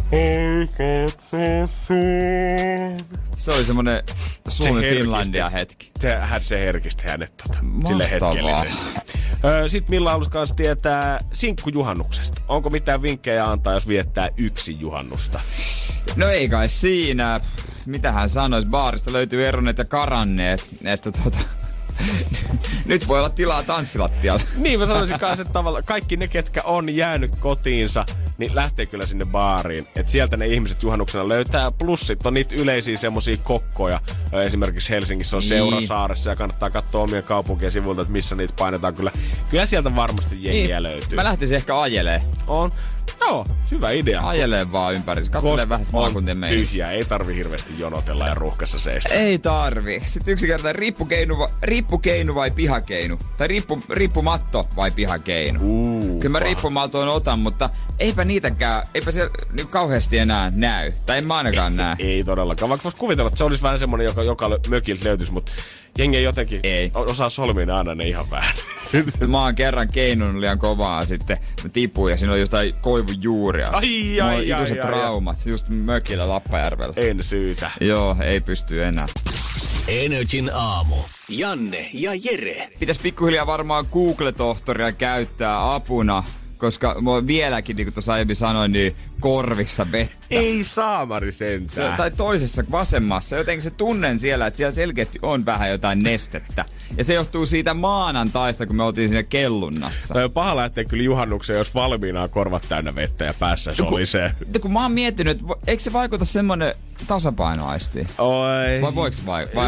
S5: Se oli semmonen Suomi-Finlandia hetki.
S4: Se herkisti hänet sille hetkellisesti. Sitten Milla halusi kanssa tietää sinkkujuhannuksesta. Onko mitään vinkkejä antaa, jos viettää yksin juhannusta?
S5: No ei kai siinä. Mitä hän sanoisi? Baarista löytyy eronneet ja karanneet. Että nyt voi olla tilaa tanssilattialla.
S4: Niin, mä sanoisin kanssa, että tavallaan kaikki ne, ketkä on jäänyt kotiinsa, niin lähtee kyllä sinne baariin. Että sieltä ne ihmiset juhannuksena löytää. Plus sit on niitä yleisiä semmosia kokkoja. Esimerkiksi Helsingissä on Seurasaaressa ja kannattaa katsoa omien kaupunkien sivuilta, että missä niitä painetaan. Kyllä sieltä varmasti jengiä löytyy.
S5: Mä lähtisin ehkä ajelee.
S4: On. Joo, hyvä idea.
S5: Ajelee vaan ympäri. Kattelee vähän maakuntien meidän.
S4: Tyhjää, ei tarvi hirveästi jonotella ja ruuhkassa seistä.
S5: Ei tarvi. Sitten yksinkertainen rippukeinu vai pihakeinu? Tai rippumatto vai pihakeinu? Kyllä mä rippumaltoon otan, mutta eipä siellä nyt kauheasti enää näy. Tai en mä ainakaan näe.
S4: Ei todellakaan. Vaikka vois kuvitella, että se olisi vähän semmonen, joka mökiltä löytyisi, mutta jengi ei jotenkin osaa solmia aina ne ihan vähän.
S5: Mä oon kerran keinunut liian kovaa sitten. Mä tipuin ja siinä oli jostain koivujuuria. Ai. Ikuiset traumat. Just mökillä Lappajärvellä.
S4: En syytä.
S5: Joo, ei pysty enää.
S3: NRJ:n aamu. Janne ja Jere.
S5: Pitäis pikkuhiljaa varmaan Google-tohtoria käyttää apuna. Koska mä vieläkin, niin kuin tuossa aiemmin sanoin, niin korvissa vettä.
S4: Ei saamari sentään.
S5: Tai toisessa vasemmassa. Jotenkin se tunnen siellä, että siellä selkeästi on vähän jotain nestettä. Ja se johtuu siitä maanantaista, kun me oltiin siinä kellunnassa.
S4: No paha lähtee kyllä juhannukseen, jos valmiina korvat täynnä vettä ja päässä solisee.
S5: Kun mä oon miettinyt, että eikö se vaikuta semmonen tasapainoaisti?
S4: Oi.
S5: Vai voiko se vaikuttaa?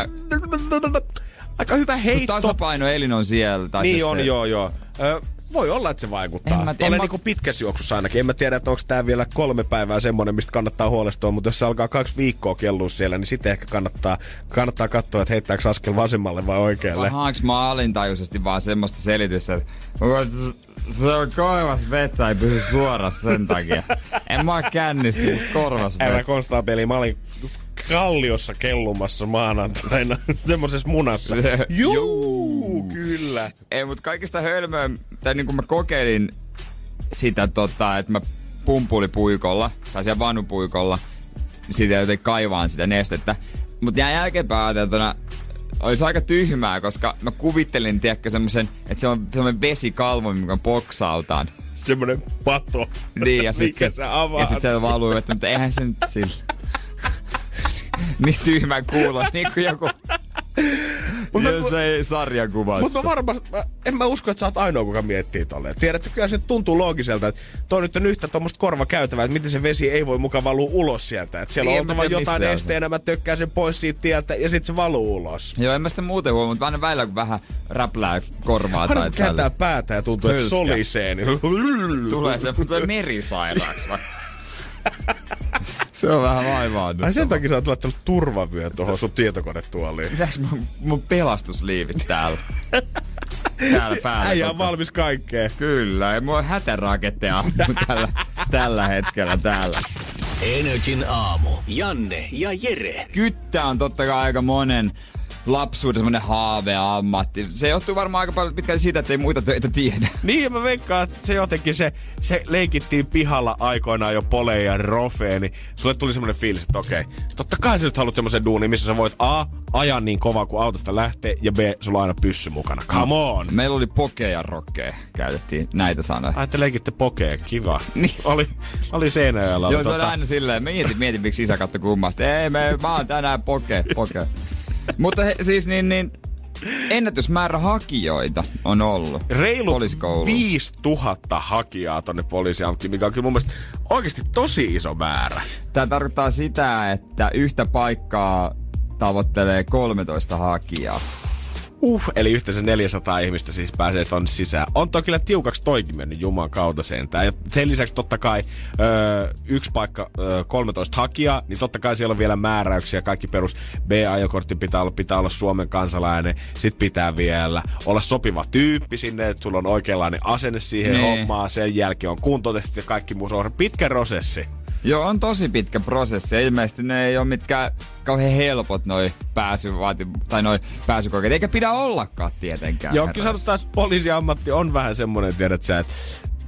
S4: Aika hyvä heitto.
S5: Tasapainoelin on siellä. Tai
S4: niin on, joo. Voi olla, että se vaikuttaa. Tuolle niinku pitkässä juoksussa ainakin. En mä tiedä, että onko tää vielä 3 päivää semmonen, mistä kannattaa huolestua, mutta jos se alkaa 2 viikkoa kellua siellä, niin sitten ehkä kannattaa katsoa, että heittääkö askel vasemmalle vai oikealle.
S5: Haanko mä alintajuisesti vaan semmoista selitystä, että se on korvas vettä, ei pysy suorassa sen takia. En mä oo kännissä korvas vettä.
S4: Älä konstaapeli, mä olin Kalliossa kellumassa maanantaina semmosessa munassa. Juu, kyllä.
S5: Ei, mut kaikista hölmöä, tai niin kun mä kokeilin sitä, että mä pumpulipuikolla, tai siellä vannupuikolla, niin siitä jotenkin kaivaan sitä nestettä. Mut jää jälkeenpäin ajateltuna, olisi aika tyhmää, koska mä kuvittelin, tiedätkö, semmosen, että se on semmonen vesikalvo, mikä boksautaan.
S4: Semmonen pato,
S5: niin, ja
S4: mikä sä avaat.
S5: Ja sit se valuu, mutta eihän se nyt sillä. Niin tyhmä kuulos, niin kuin joku jos ei sarjakuvassa.
S4: Mutta en mä usko, että sä oot ainoa, kuka miettii tolleen. Tiedätkö, kyllä se tuntuu loogiselta, että toi nyt on yhtä tommoista korvakäytävää, että miten se vesi ei voi mukaan valua ulos sieltä. Että siellä on oltava jotain esteenä, mä tökkään sen pois siitä tieltä ja sit se valuu ulos.
S5: Joo, en mä sitä muuten huomaa, mutta aina välillä kun vähän räplää korvaa tai tällä.
S4: Kääntää päätä ja tuntuu, että solisee. Niin
S5: tulee se merisairaaksi vaikka. Se on vähän vaivaannuttava.
S4: Ai sen takia sä oot laittanut turvavyön tuohon sun tietokonetuoliin.
S5: Pitäis mun pelastusliivit täällä? Täällä päällä.
S4: Äijä on valmis kaikkeen.
S5: Kyllä, ei mua hätäraketteja tällä hetkellä täällä.
S3: NRJ:n aamu. Janne ja Jere.
S5: Kyttä on totta kai aika monen lapsuuden semmonen haaveammatti. Se johtuu varmaan aika paljon pitkälti siitä, että ei muita töitä tiedä.
S4: Niin, mä veikkaan, että se jotenkin se leikittiin pihalla aikoinaan jo Poleen ja Rofeen, niin sulle tuli semmonen fiilis, että okei, totta kai sä nyt haluat semmosen duunin, missä sä voit A, ajaa niin kovaa kuin autosta lähtee, ja B, sulla on aina pyssy mukana. Come on!
S5: Meillä oli pokea ja rockea, käytettiin näitä sanoja.
S4: Ai, te leikitte pokea, kiva.
S5: Niin.
S4: Oli Seinäjoella.
S5: Joo, se oli aina silleen, mietin miksi isä katsoi kummasta. Ei, mä oon tänään pokea. Mutta siis niin ennätysmäärä hakijoita on ollut.
S4: Reilut 5000 hakijaa tonne poliisiammattiin, mikä on kyllä mun mielestä oikeasti tosi iso määrä.
S5: Tää tarkoittaa sitä, että yhtä paikkaa tavoittelee 13 hakijaa.
S4: Eli yhteensä 400 ihmistä siis pääsee tonne sisään. On toi kyllä tiukaksi toikin mennyt Juman kautta sentään. Ja sen lisäksi totta kai yksi paikka 13 hakijaa, niin totta kai siellä on vielä määräyksiä. Kaikki perus B-ajokortti pitää olla Suomen kansalainen. Sitten pitää vielä olla sopiva tyyppi sinne, että sulla on oikeanlainen asenne siihen hommaan. Sen jälkeen on kuntotestit ja kaikki muu. Se on pitkä prosessi.
S5: Joo, on tosi pitkä prosessi. Ilmeisesti ne ei ole mitkään kauhean helpot noi pääsykokeet. Eikä pidä ollakaan tietenkään.
S4: Joo, kyllä sanotaan, että poliisiammatti on vähän semmoinen, tiedät sä, että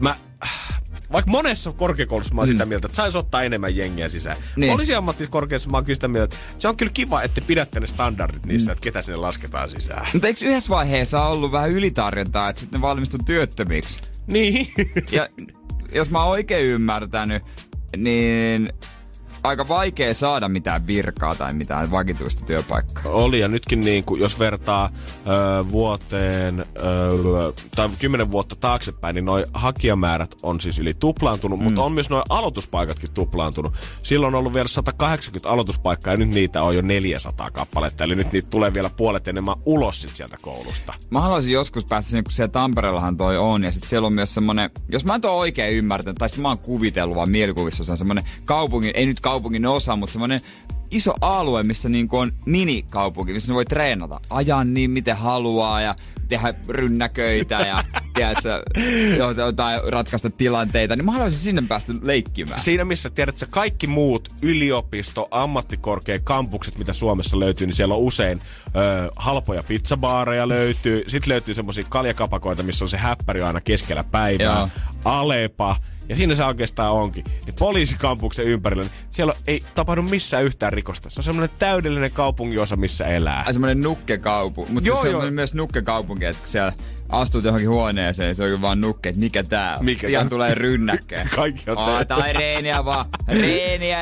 S4: vaikka monessa korkeakoulussa mä oon sitä mieltä, että saisi ottaa enemmän jengiä sisään. Niin. Poliisiammattikorkeassa mä oon kyllä sitä mieltä, että se on kyllä kiva, että pidätte ne standardit niissä, että ketä sinne lasketaan sisään.
S5: Mutta eikö yhdessä vaiheessa ollut vähän ylitarjontaa, että sitten ne valmistui työttömiksi?
S4: Niin.
S5: Ja jos mä oon oikein ymmärtänyt, niin aika vaikea saada mitään virkaa tai mitään vakituista työpaikkaa.
S4: Oli, ja nytkin niin kuin, jos vertaa vuoteen tai 10 vuotta taaksepäin, niin noi hakijamäärät on siis yli tuplaantunut, mutta on myös noi aloituspaikatkin tuplaantunut. Silloin on ollut vielä 180 aloituspaikkaa, ja nyt niitä on jo 400 kappaletta, eli nyt niitä tulee vielä puolet enemmän ulos sit sieltä koulusta.
S5: Mä haluaisin joskus päästä sinne, kun siellä Tampereellahan toi on, ja sit siellä on myös semmonen, jos mä en toi oikein ymmärtänyt, tai sit mä oon kuvitellut vaan mielikuvissa, se on semmonen kaupungin, ei nyt kaupungin osa, mutta semmoinen iso alue, missä niinku on minikaupunki, missä ne voi treenata. Ajaa niin, miten haluaa ja tehdä rynnäköitä ja tiedätkö, jotain ratkaista tilanteita. Niin mä haluaisin sinne päästä leikkimään.
S4: Siinä missä tiedätkö, kaikki muut yliopisto, ammattikorkea kampukset, mitä Suomessa löytyy, niin siellä on usein halpoja pizzabaareja löytyy. Sitten löytyy semmosia kaljakapakoita, missä on se häppäri aina keskellä päivää. Joo. Alepa. Ja siinä se oikeastaan onkin. Niin poliisikampuksen ympärillä, niin siellä ei tapahdu missään yhtään rikosta. Se on semmoinen täydellinen kaupunginosa, missä elää.
S5: Semmoinen nukkekaupunki. Mutta se on myös nukkekaupunki, että kun siellä astut johonkin huoneeseen, se on vaan nukke, että mikä tää on. Ihan tulee rynnäkkeen.
S4: Kaikki on tehty.
S5: Tai reeniä vaan. Reeniä.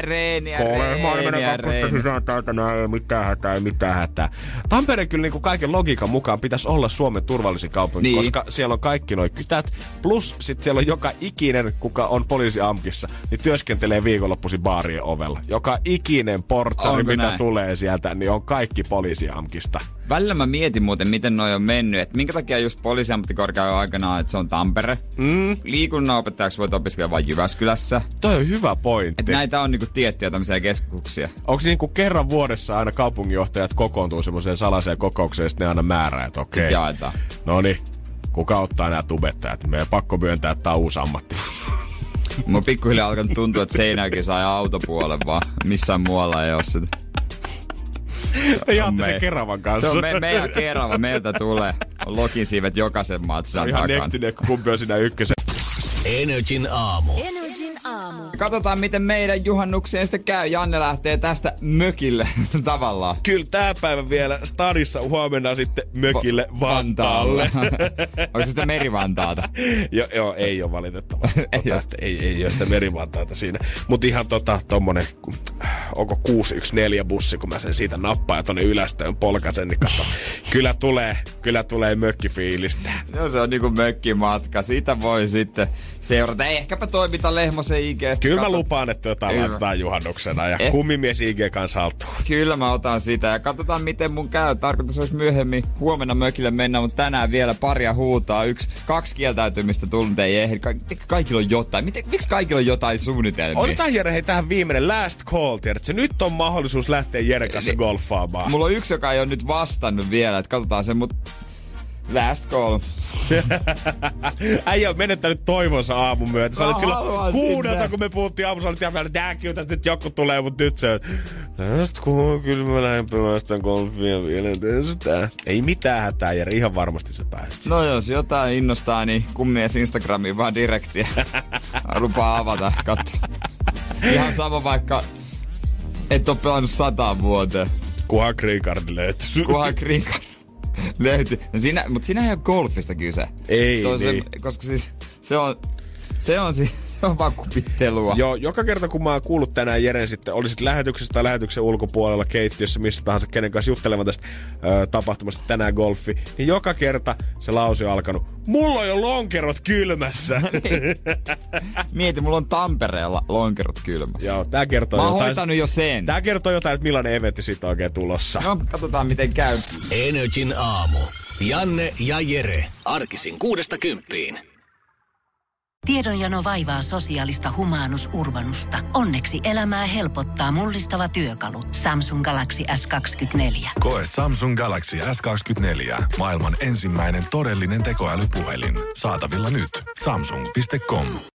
S4: Sisään täältä, ei mitään hätää. Tampere kyllä niin kaiken logiikan mukaan pitäisi olla Suomen turvallisin kaupunki, niin. Koska siellä on kaikki noi kytät. Plus sit siellä on joka ikinen, kuka on poliisiamkissa, niin työskentelee viikonloppuisin baarien ovella. Joka ikinen portsari, mitä tulee sieltä, niin on kaikki poliisiamkista.
S5: Välillä mä mietin muuten, miten noi on mennyt, että minkä takia just poliisiammattikorkeakoulun aikana, että se on Tampere. Liikunnanopettajaksi voit opiskella vain Jyväskylässä.
S4: Toi on hyvä pointti.
S5: Että näitä on niinku tiettyjä tämmöisiä keskuksia.
S4: Onko niinku kerran vuodessa aina kaupunginjohtajat kokoontuu semmoiseen salaiseen kokoukseen, ja sitten ne aina määrää, että okei.
S5: Jaetaan.
S4: Noniin, kuka ottaa nämä tubettajat? Meidän pakko myöntää, että tää on uusi ammatti.
S5: Mun pikkuhiljaa alkanut tuntua, että Seinäjoki sai autopuolen vaan. Missään muualla ei oo sitä.
S4: Te jaatte sen Keravan kanssa.
S5: Se on meidän Kerava, meiltä tulee. On lokinsiivet jokaisen matsan
S4: takan. Ihan nektinen, kun kumpi on siinä ykkösen.
S3: Energin aamu.
S5: Katsotaan, miten meidän juhannukseen sitten käy. Janne lähtee tästä mökille tavallaan.
S4: Kyllä tää päivä vielä stadissa, huomenna sitten mökille Vantaalle.
S5: Onko se sitä Meri-Vantaata?
S4: Joo, ei ole valitettavasti. ei ole sitä Meri-Vantaata siinä. Mutta ihan tommonen, onko 614 bussi, kun mä sen siitä nappaan ja tonne ylästöön polkasen, niin kato. Kyllä tulee mökkifiilistä.
S5: No se on niinku mökkimatka. Siitä voi sitten seurata. Ehkäpä toimita Lehmosen IG:stä.
S4: Kyllä mä lupaan, että jotain laitetaan juhannuksena ja kummimies IG kanssa haltuun.
S5: Kyllä mä otan sitä ja katsotaan miten mun käy. Tarkoitus olisi myöhemmin huomenna mökille mennä, mutta tänään vielä paria huutaa. 2 kieltäytymistä tullut ei ehdi. Kaikilla on jotain. Miksi kaikilla on jotain suunnitelmia?
S4: Otetaan Jere, tähän viimeinen last call, tiedätkö? Nyt on mahdollisuus lähteä Jeren kanssa golfaamaan.
S5: Mulla on yksi, joka ei ole nyt vastannut vielä, että katsotaan sen, mutta last call.
S4: Äijä on menettänyt toivonsa aamun myötä. Sä olit silloin 6, kun me puhuttiin aamussa, olit ihan vielä, että tästä nyt joku tulee, mutta nyt se on. Last call, kyllä mä lähden pelastan golfia vielä tästä. Ei mitään hätää, Jere, ihan varmasti sä pääset.
S5: No jos jotain innostaa, niin kummies Instagramiin vaan direktiä. Lupaa avata, katso. Ihan sama vaikka et oo pelannut 100 vuoteen.
S4: Kunhan green card löytyy.
S5: Löytyy. No mutta siinä ei ole golfista kyse.
S4: Ei.
S5: Koska siis se on on vaan kupittelua.
S4: Joo, joka kerta kun mä oon kuullut tänään Jeren sitten, olisit lähetyksessä tai lähetyksen ulkopuolella, keittiössä, missä tahansa kenen kanssa juttelemaan tästä tapahtumasta tänään golfi, niin joka kerta se lause on alkanut, mulla on jo lonkerot kylmässä.
S5: Mieti, mulla on Tampereella lonkerot kylmässä.
S4: Joo, tää kertoo
S5: mä oon
S4: jotain.
S5: hoitanut jo sen.
S4: Tää kertoo jotain, että millainen eventti siitä on oikein tulossa.
S5: No, katsotaan miten käy.
S3: Energin aamu. Janne ja Jere. Arkisin 6–10.
S1: Tiedonjano vaivaa sosiaalista humanus urbanusta. Onneksi elämää helpottaa mullistava työkalu. Samsung Galaxy S24.
S2: Koe Samsung Galaxy S24. Maailman ensimmäinen todellinen tekoälypuhelin. Saatavilla nyt. Samsung.com.